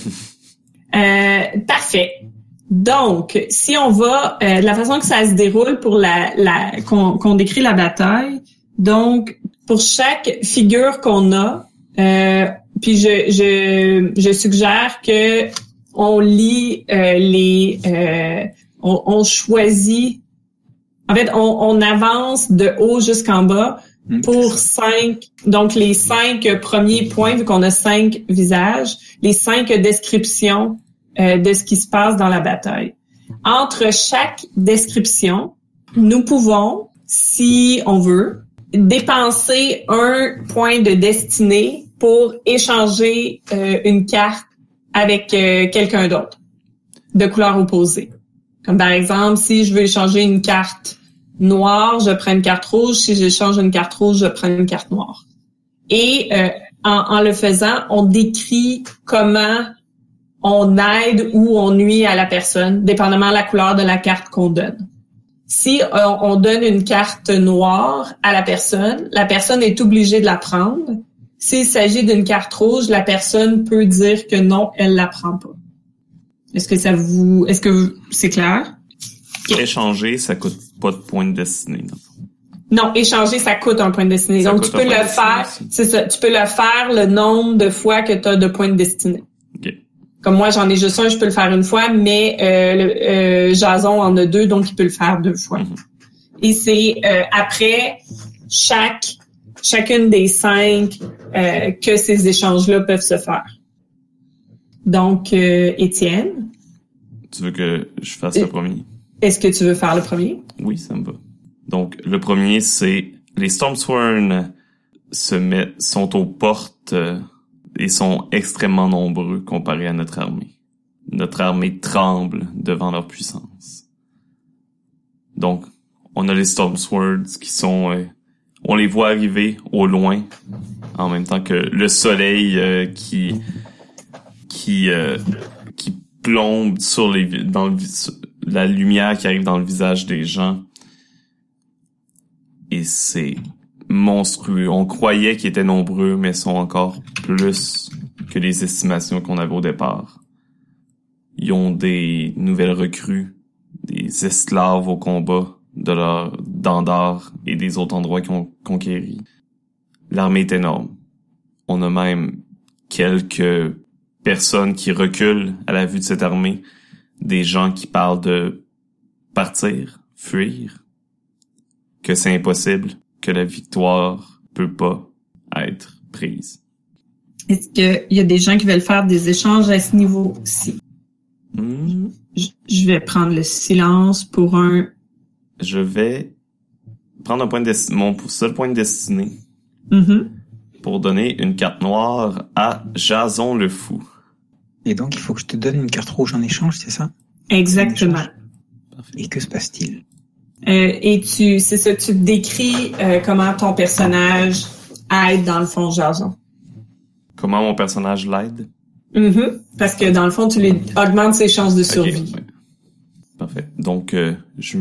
Parfait. Donc, si on va de la façon que ça se déroule pour qu'on décrit la bataille, donc pour chaque figure qu'on a, puis je suggère que on lit on choisit. En fait, on avance de haut jusqu'en bas pour 5. Donc les 5 premiers points, vu qu'on a 5 visages, les 5 descriptions de ce qui se passe dans la bataille. Entre chaque description, nous pouvons, si on veut, dépenser un point de destinée pour échanger une carte avec quelqu'un d'autre de couleur opposée. Comme par exemple, si je veux échanger une carte noire, je prends une carte rouge. Si j'échange une carte rouge, je prends une carte noire. Et en le faisant, on décrit comment on aide ou on nuit à la personne, dépendamment de la couleur de la carte qu'on donne. Si on donne une carte noire à la personne est obligée de la prendre. S'il s'agit d'une carte rouge, la personne peut dire que non, elle la prend pas. Est-ce que c'est clair? Échanger, ça coûte pas de point de destinée. Non, échanger, ça coûte un point de destinée. Donc, tu peux le faire, c'est ça, tu peux le faire le nombre de fois que tu as de points de destinée. OK. Comme moi, j'en ai juste un, je peux le faire une fois, mais Jason en a 2, donc il peut le faire 2 fois. Mm-hmm. Et c'est après chacune des 5 que ces échanges-là peuvent se faire. Donc, Étienne. Tu veux que je fasse le premier? Est-ce que tu veux faire le premier? Oui, ça me va. Donc, le premier, c'est les Stormsworn sont aux portes et sont extrêmement nombreux comparés à notre armée. Notre armée tremble devant leur puissance. Donc, on a les Stormsworn qui sont... on les voit arriver au loin, en même temps que le soleil qui plombe sur la lumière qui arrive dans le visage des gens. Et c'est monstrueux. On croyait qu'ils étaient nombreux, mais sont encore plus que les estimations qu'on avait au départ. Ils ont des nouvelles recrues, des esclaves au combat d'Andar et des autres endroits qu'ils ont conquéris. L'armée est énorme. On a même quelques personnes qui reculent à la vue de cette armée, des gens qui parlent de partir, fuir, que c'est impossible, que la victoire peut pas être prise. Est-ce qu'il y a des gens qui veulent faire des échanges à ce niveau-ci? Je vais prendre le silence pour un... Je vais prendre mon seul point de destinée pour donner une carte noire à Jason le Fou. Et donc, il faut que je te donne une carte rouge en échange, c'est ça? Exactement. Et que se passe-t-il? C'est ça, tu décris comment ton personnage aide dans le fond Jason. Comment mon personnage l'aide? Parce que dans le fond, tu lui augmentes ses chances de survie. Okay, ouais. Parfait. Donc, je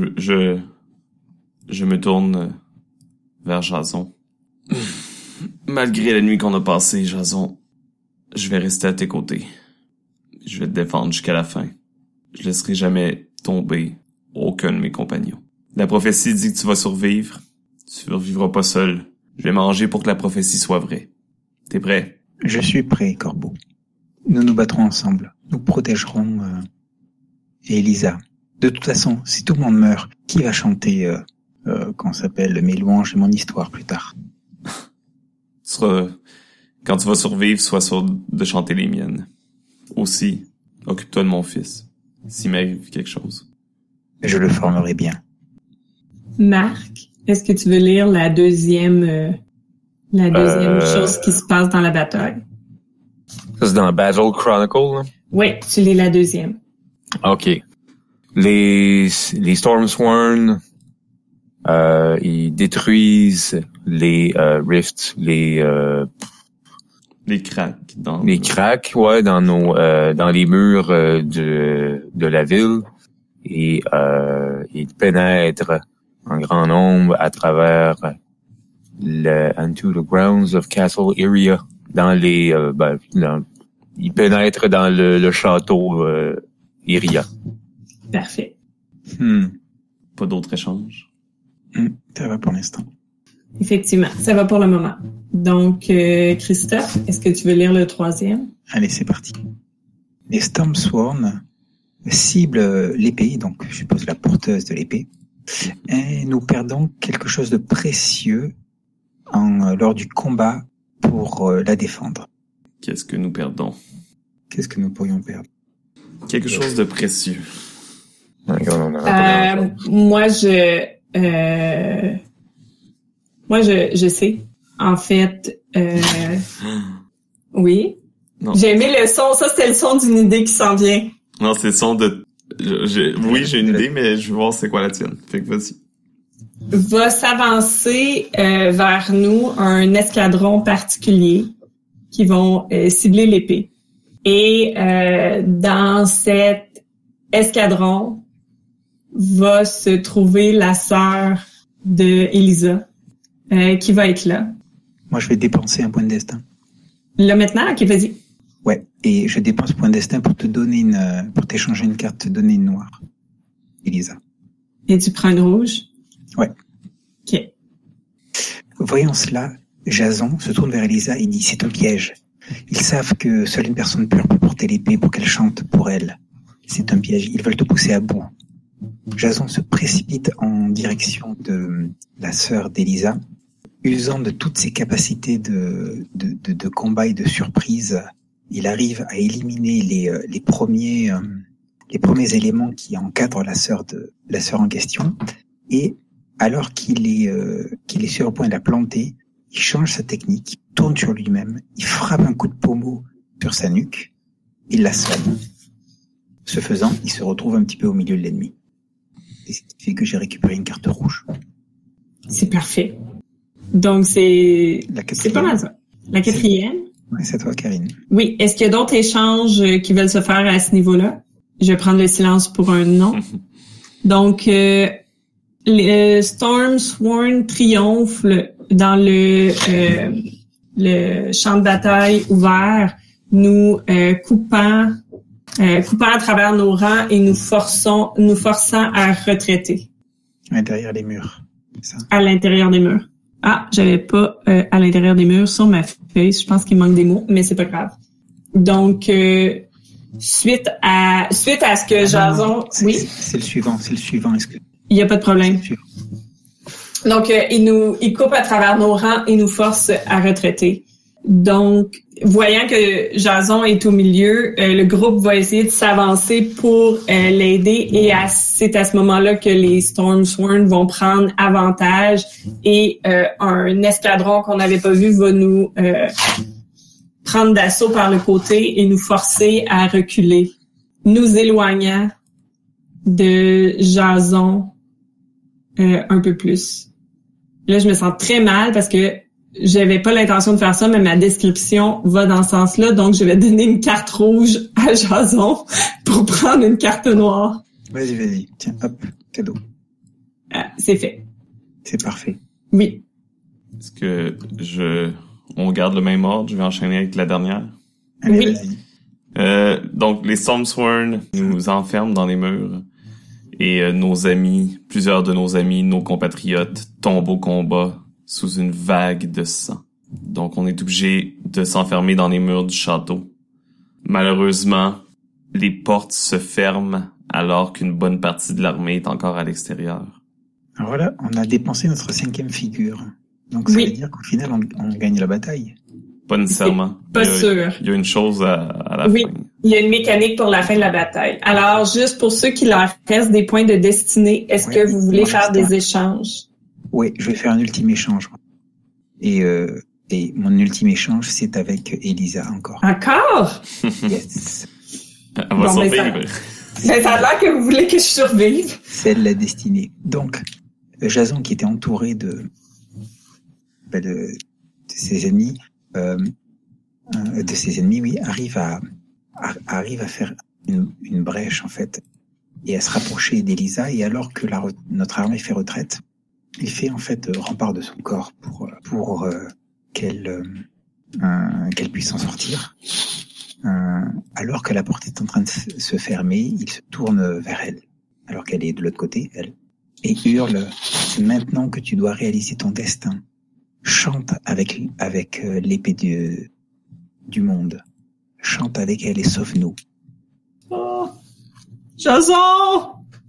me tourne vers Jason. Malgré la nuit qu'on a passée, Jason, je vais rester à tes côtés. Je vais te défendre jusqu'à la fin. Je laisserai jamais tomber aucun de mes compagnons. La prophétie dit que tu vas survivre. Tu survivras pas seul. Je vais manger pour que la prophétie soit vraie. T'es prêt? Je suis prêt, Corbeau. Nous nous battrons ensemble. Nous protégerons Elisa. De toute façon, si tout le monde meurt, qui va chanter mes louanges et mon histoire plus tard? Quand tu vas survivre, sois sûr de chanter les miennes. Aussi, occupe-toi de mon fils, s'il m'arrive quelque chose. Je le formerai bien. Marc, est-ce que tu veux lire la deuxième chose qui se passe dans la bataille? Ça, c'est dans Battle Chronicle, là? Oui, tu lis la deuxième. OK. Les Stormsworn, ils détruisent les rifts, les cracks dans les murs de la ville, et ils pénètrent en grand nombre à travers into the grounds of Castle Iria, ils pénètrent dans le château Iria. Parfait. Pas d'autres échanges? Ça va pour l'instant. Effectivement, ça va pour le moment. Donc, Christophe, est-ce que tu veux lire le troisième? Allez, c'est parti. Les Stormsworn ciblent l'épée, donc je suppose la porteuse de l'épée, et nous perdons quelque chose de précieux lors du combat pour la défendre. Qu'est-ce que nous perdons? Qu'est-ce que nous pourrions perdre? Quelque chose de précieux. Moi, je sais. En fait, oui. Non. J'ai aimé le son. Ça, c'était le son d'une idée qui s'en vient. Non, c'est le son de... Oui, j'ai une idée, mais je veux voir c'est quoi la tienne. Fait que vas-y. Va s'avancer vers nous un escadron particulier qui vont cibler l'épée. Et dans cet escadron va se trouver la sœur de Elisa qui va être là. Moi, je vais dépenser un point de destin. Là maintenant? Ok, vas-y. Ouais, et je dépense point de destin pour pour t'échanger une carte, te donner une noire. Elisa. Et tu prends une rouge? Ouais. Ok. Voyant cela, Jason se tourne vers Elisa et dit « C'est un piège. Ils savent que seule une personne pure peut porter l'épée pour qu'elle chante pour elle. C'est un piège. Ils veulent te pousser à bout. » Jason se précipite en direction de la sœur d'Elisa, usant de toutes ses capacités de combat et de surprise. Il arrive à éliminer les premiers éléments qui encadrent la sœur en question, et alors qu'il est sur le point de la planter, il change sa technique, il tourne sur lui-même, il frappe un coup de pommeau sur sa nuque, il l'assomme. Ce faisant, il se retrouve un petit peu au milieu de l'ennemi. Et ce qui fait que j'ai récupéré une carte rouge. C'est parfait. Donc c'est pas mal ça. La quatrième? Oui, c'est toi, Karine. Oui. Est-ce qu'il y a d'autres échanges qui veulent se faire à ce niveau-là? Je vais prendre le silence pour un non. Donc, les Stormsworn triomphent dans le champ de bataille ouvert, nous coupant à travers nos rangs et nous forçant à retraiter. À l'intérieur des murs, c'est ça? À l'intérieur des murs. Ah, j'avais pas à l'intérieur des murs sur ma feuille. Je pense qu'il manque des mots, mais c'est pas grave. Donc, suite à ce que Jason... Oui? C'est le suivant. Est-ce que... Il y a pas de problème. Donc, il coupe à travers nos rangs et nous force à retraiter. Donc, voyant que Jason est au milieu, le groupe va essayer de s'avancer pour l'aider, et c'est à ce moment-là que les Stormsworn vont prendre avantage, et un escadron qu'on n'avait pas vu va nous prendre d'assaut par le côté et nous forcer à reculer, nous éloignant de Jason un peu plus. Là, je me sens très mal parce que j'avais pas l'intention de faire ça, mais ma description va dans ce sens-là, donc je vais donner une carte rouge à Jason pour prendre une carte noire. Vas-y. Tiens, hop, cadeau. C'est fait. C'est parfait. Oui. Est-ce que on garde le même ordre? Je vais enchaîner avec la dernière. Allez, Oui. vas-y. Donc, les Stormsworn nous enferment dans les murs, et plusieurs de nos amis, nos compatriotes, tombent au combat sous une vague de sang. Donc, on est obligé de s'enfermer dans les murs du château. Malheureusement, les portes se ferment alors qu'une bonne partie de l'armée est encore à l'extérieur. Alors voilà, on a dépensé notre 5e figure. Donc ça veut dire qu'au final, on gagne la bataille. Pas nécessairement. Pas sûr. Il y a une chose à la Oui. fin. Il y a une mécanique pour la fin de la bataille. Alors, juste pour ceux qui leur restent des points de destinée, est-ce que vous voulez faire des échanges? Oui, je vais faire un ultime échange. Et mon ultime échange, c'est avec Elisa encore. Encore? Yes. Elle va survivre. Ça a l'air que vous voulez que je survive. C'est la destinée. Donc, Jason, qui était entouré de ses ennemis, oui, arrive à faire une brèche, en fait, et à se rapprocher d'Elisa. Et alors que notre armée fait retraite, il fait, en fait, rempart de son corps pour qu'elle puisse s'en sortir. Alors que la porte est en train de se fermer, il se tourne vers elle, alors qu'elle est de l'autre côté, elle, et hurle: c'est maintenant que tu dois réaliser ton destin. Chante avec l'épée du monde. Chante avec elle et sauve-nous. Oh, Jason!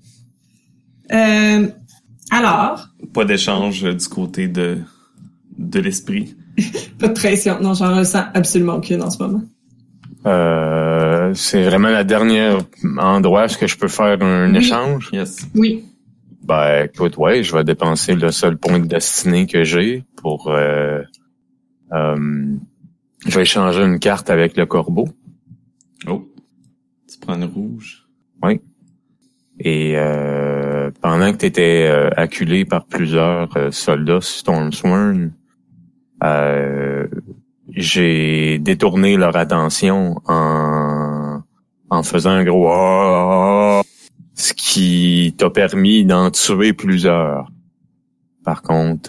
Alors? Pas d'échange du côté de l'esprit. Pas de pression. Non, j'en ressens absolument aucune en ce moment. C'est vraiment la dernière endroit où est-ce que je peux faire un échange? Yes. Oui. Ben, écoute, ouais, je vais dépenser le seul point de destinée que j'ai pour... je vais échanger une carte avec le corbeau. Oh. Tu prends une rouge. Oui. Et pendant que tu étais acculé par plusieurs soldats Stormsworn, j'ai détourné leur attention en faisant un gros ah, ce qui t'a permis d'en tuer plusieurs. Par contre,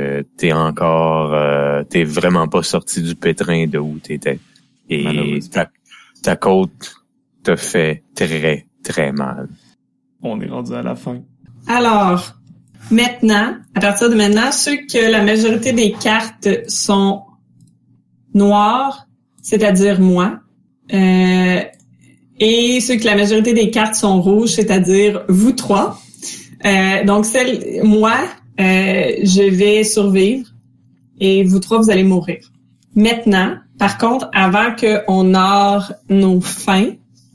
t'es vraiment pas sorti du pétrin de où t'étais. Et ta côte te fait très, très mal. On est rendu à la fin. Alors, maintenant, à partir de maintenant, ceux que la majorité des cartes sont noires, c'est-à-dire moi, et ceux que la majorité des cartes sont rouges, c'est-à-dire vous trois. Donc, moi, je vais survivre et vous trois, vous allez mourir. Maintenant, par contre, avant qu'on ore nos fins,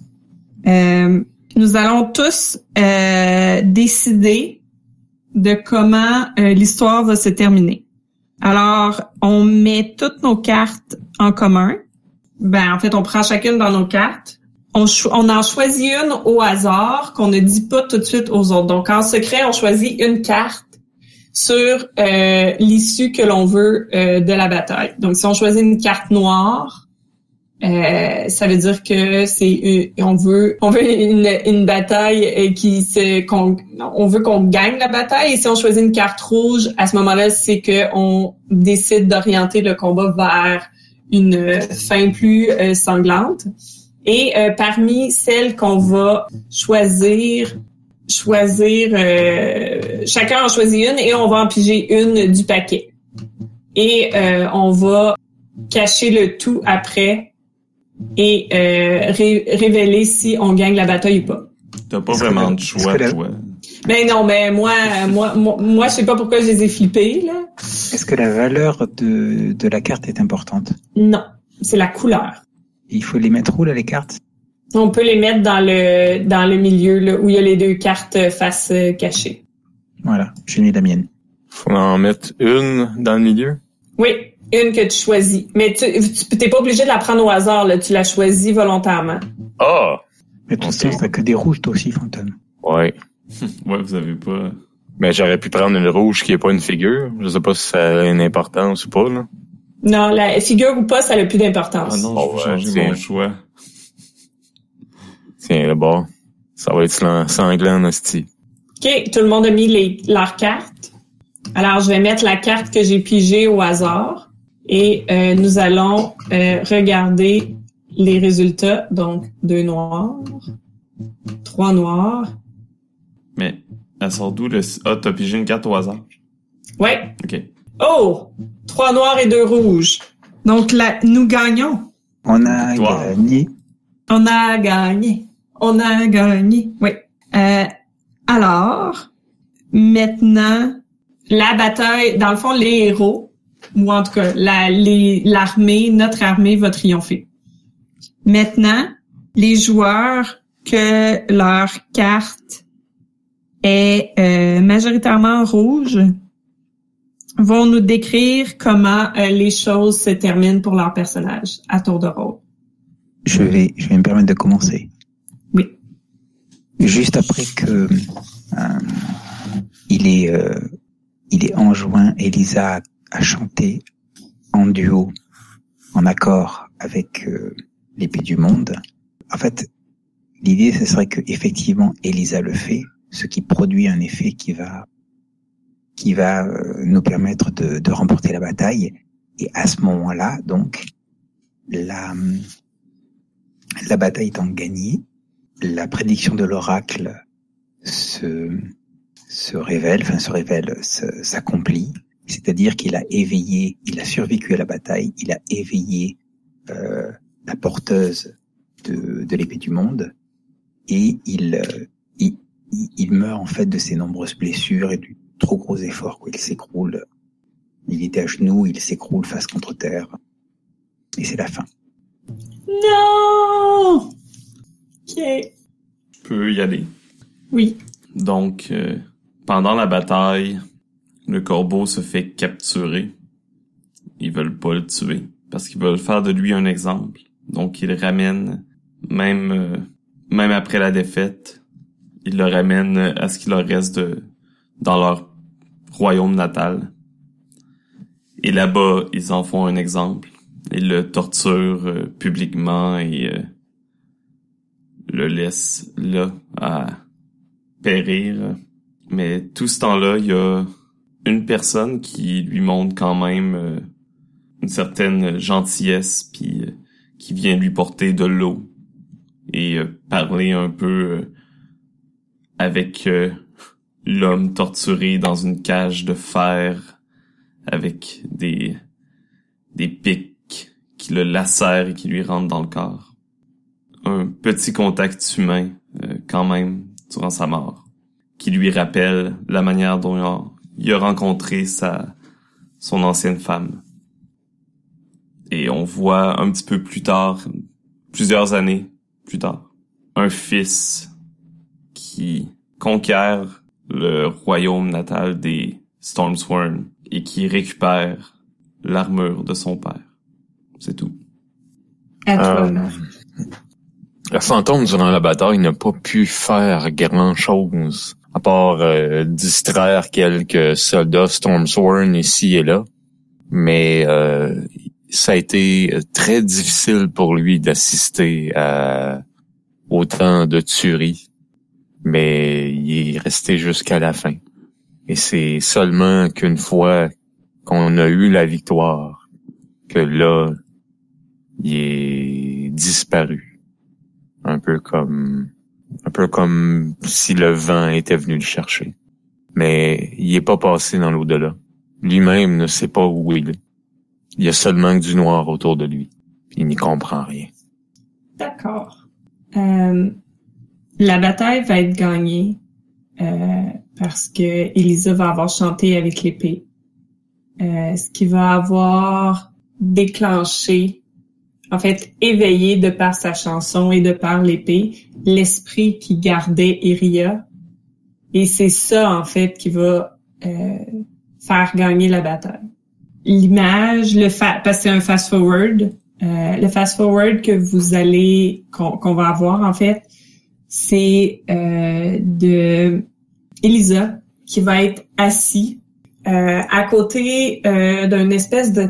nous allons tous décider de comment l'histoire va se terminer. Alors, on met toutes nos cartes en commun. Ben, en fait, on prend chacune dans nos cartes. On en choisit une au hasard qu'on ne dit pas tout de suite aux autres. Donc, en secret, on choisit une carte sur l'issue que l'on veut de la bataille. Donc, si on choisit une carte noire, ça veut dire que on veut une bataille on veut qu'on gagne la bataille. Et si on choisit une carte rouge, à ce moment-là, c'est que on décide d'orienter le combat vers une fin plus sanglante. Et parmi celles qu'on va choisir, chacun en choisit une et on va en piger une du paquet. Et on va cacher le tout après et révéler si on gagne la bataille ou pas. T'as pas vraiment de choix, toi. Ben non, mais moi, je sais pas pourquoi je les ai flippés, là. Est-ce que la valeur de la carte est importante? Non, c'est la couleur. Il faut les mettre où, là, les cartes? On peut les mettre dans le milieu, là, où il y a les deux cartes face cachée. Voilà, j'ai mis la mienne. Faut en mettre une dans le milieu? Oui, une que tu choisis. Mais tu t'es pas obligé de la prendre au hasard, là. Tu la choisis volontairement. Ah! Mais tout ça, t'as que des rouges, toi aussi, Fantôme. Ouais. Ouais, vous avez pas... Mais j'aurais pu prendre une rouge qui est pas une figure. Je sais pas si ça a une importance ou pas, là. Non, la figure ou pas, ça n'a plus d'importance. Ah non, je vais changer mon choix. Tiens, là-bas. Ça va être sanglant, hostie. OK, tout le monde a mis leurs cartes. Alors, je vais mettre la carte que j'ai pigée au hasard et nous allons regarder les résultats. Donc, 2 noirs, 3 noirs. Mais, elle sort d'où le... Ah, t'as pigé une carte au hasard? Ouais. OK. Oh! 3 noirs et 2 rouges. Donc, nous gagnons. On a gagné. On a gagné. On a gagné. Oui. Alors, maintenant, la bataille, dans le fond, les héros, ou en tout cas, l'armée, notre armée va triompher. Maintenant, les joueurs que leur carte est majoritairement rouge vont nous décrire comment les choses se terminent pour leur personnage à tour de rôle. Je vais me permettre de commencer. Oui. Juste après que il est enjoint Elisa à chanter en duo, en accord avec l'épée du monde. En fait, l'idée ce serait que effectivement Elisa le fait, ce qui produit un effet qui va nous permettre de remporter la bataille. Et à ce moment-là, donc, la bataille étant gagnée, la prédiction de l'oracle s'accomplit. C'est-à-dire qu'il a survécu à la bataille, il a éveillé la porteuse de l'épée du monde, et il meurt en fait de ses nombreuses blessures et du trop gros effort, quoi. Il s'écroule. Il était à genoux, il s'écroule face contre terre. Et c'est la fin. Non! Ok. Je peux y aller. Oui. Donc, pendant la bataille, le corbeau se fait capturer. Ils veulent pas le tuer parce qu'ils veulent faire de lui un exemple. Donc, ils le ramènent, même après la défaite, ils le ramènent à ce qu'il leur reste dans leur royaume natal. Et là-bas, ils en font un exemple. Ils le torturent publiquement et le laissent là à périr. Mais tout ce temps-là, il y a une personne qui lui montre quand même une certaine gentillesse, puis qui vient lui porter de l'eau et parler un peu avec l'homme torturé dans une cage de fer avec des pics qui le lacèrent et qui lui rentrent dans le corps. Un petit contact humain quand même durant sa mort, qui lui rappelle la manière dont il a rencontré son ancienne femme. Et on voit un petit peu plus tard, plusieurs années plus tard, un fils qui conquiert le royaume natal des Stormsworn et qui récupère l'armure de son père. C'est tout. À toi. Le fantôme, durant la bataille, n'a pas pu faire grand-chose, à part distraire quelques soldats Stormsworn ici et là. Mais ça a été très difficile pour lui d'assister à autant de tueries. Mais il est resté jusqu'à la fin. Et c'est seulement qu'une fois qu'on a eu la victoire que là, il est disparu. Un peu comme si le vent était venu le chercher. Mais il est pas passé dans l'au-delà. Lui-même ne sait pas où il est. Il y a seulement du noir autour de lui. Il n'y comprend rien. D'accord. La bataille va être gagnée parce que Elisa va avoir chanté avec l'épée. Ce qui va avoir déclenché, en fait, éveillé de par sa chanson et de par l'épée, l'esprit qui gardait Iria. Et c'est ça, en fait, qui va faire gagner la bataille. L'image, parce que c'est un fast-forward, le fast-forward qu'on va avoir, en fait, c'est de Elisa qui va être assis à côté d'un espèce de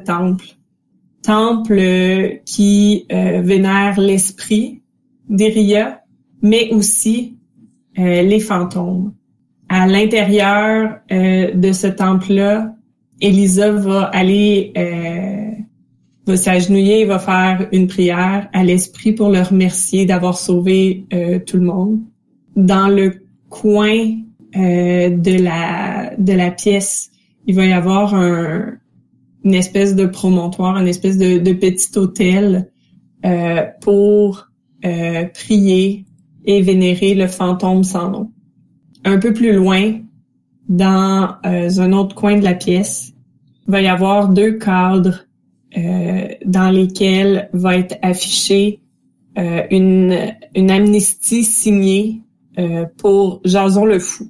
temple qui vénère l'esprit d'Iria, mais aussi les fantômes. À l'intérieur de ce temple-là, Elisa va aller va s'agenouiller et va faire une prière à l'esprit pour le remercier d'avoir sauvé tout le monde. Dans le coin de la pièce, il va y avoir une espèce de promontoire, une espèce de petit autel pour prier et vénérer le fantôme sans nom. Un peu plus loin, dans un autre coin de la pièce, il va y avoir 2 cadres dans lesquels va être affiché une amnistie signée pour Jason le Fou.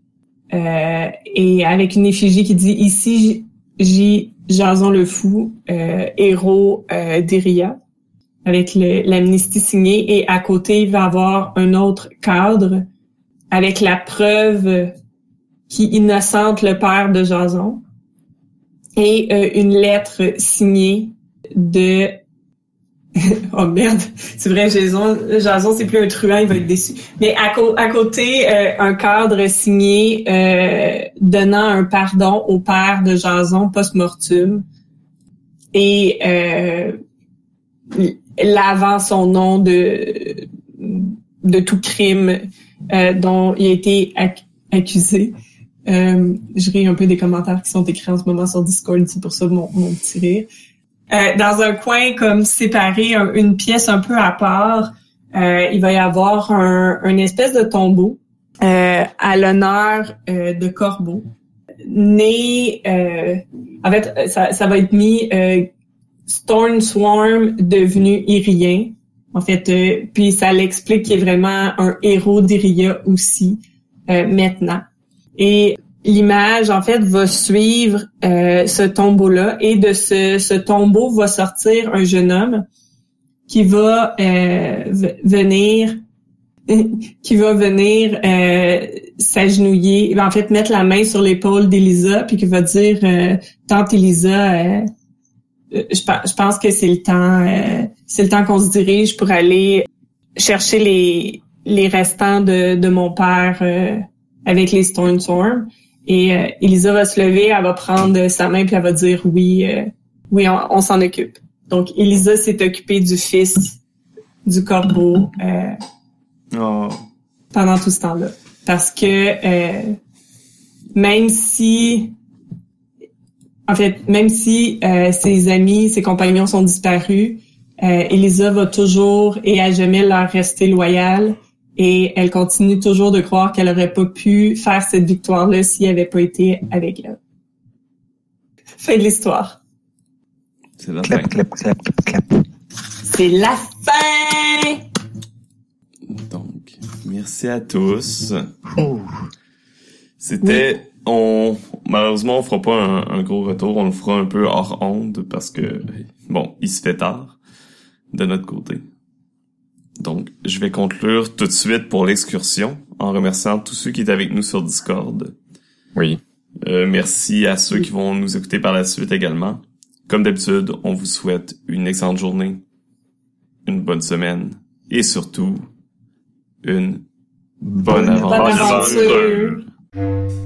Et avec une effigie qui dit « Ici, Jason le Fou, héros d'Iria », avec l'amnistie signée. Et à côté, il va y avoir un autre cadre avec la preuve qui innocente le père de Jason et une lettre signée de... oh merde, c'est vrai, Jason c'est plus un truand, il va être déçu. Mais à côté, un cadre signé donnant un pardon au père de Jason post-mortem et lavant son nom de tout crime dont il a été accusé. Je ris un peu des commentaires qui sont écrits en ce moment sur Discord, c'est pour ça mon petit rire. Dans un coin comme séparé, une pièce un peu à part, il va y avoir un espèce de tombeau à l'honneur de Corbeau. Né, en fait, ça va être mis Storm Swarm devenu Irien. En fait, puis ça l'explique qu'il est vraiment un héros d'Iria aussi maintenant. Et l'image, en fait, va suivre ce tombeau-là, et de ce tombeau va sortir un jeune homme qui va venir s'agenouiller, en fait mettre la main sur l'épaule d'Elisa, puis qui va dire tante Elisa, je pense que c'est le temps qu'on se dirige pour aller chercher les restants de mon père avec les Storm Swarm. Et Elisa va se lever, elle va prendre sa main puis elle va dire oui, on s'en occupe. Donc Elisa s'est occupée du fils du corbeau pendant tout ce temps-là, parce que même si ses amis, ses compagnons sont disparus, Elisa va toujours et à jamais leur rester loyale. Et elle continue toujours de croire qu'elle aurait pas pu faire cette victoire-là si elle avait pas été avec elle. Fin de l'histoire. C'est la Clap, fin. clap, clap, clap, clap. C'est la fin! Donc, merci à tous. Oh. C'était... Malheureusement, on fera pas un gros retour. On le fera un peu hors onde parce que, bon, il se fait tard de notre côté. Donc, je vais conclure tout de suite pour l'excursion en remerciant tous ceux qui étaient avec nous sur Discord. Oui. Merci à ceux qui vont nous écouter par la suite également. Comme d'habitude, on vous souhaite une excellente journée, une bonne semaine et surtout, une bonne aventure.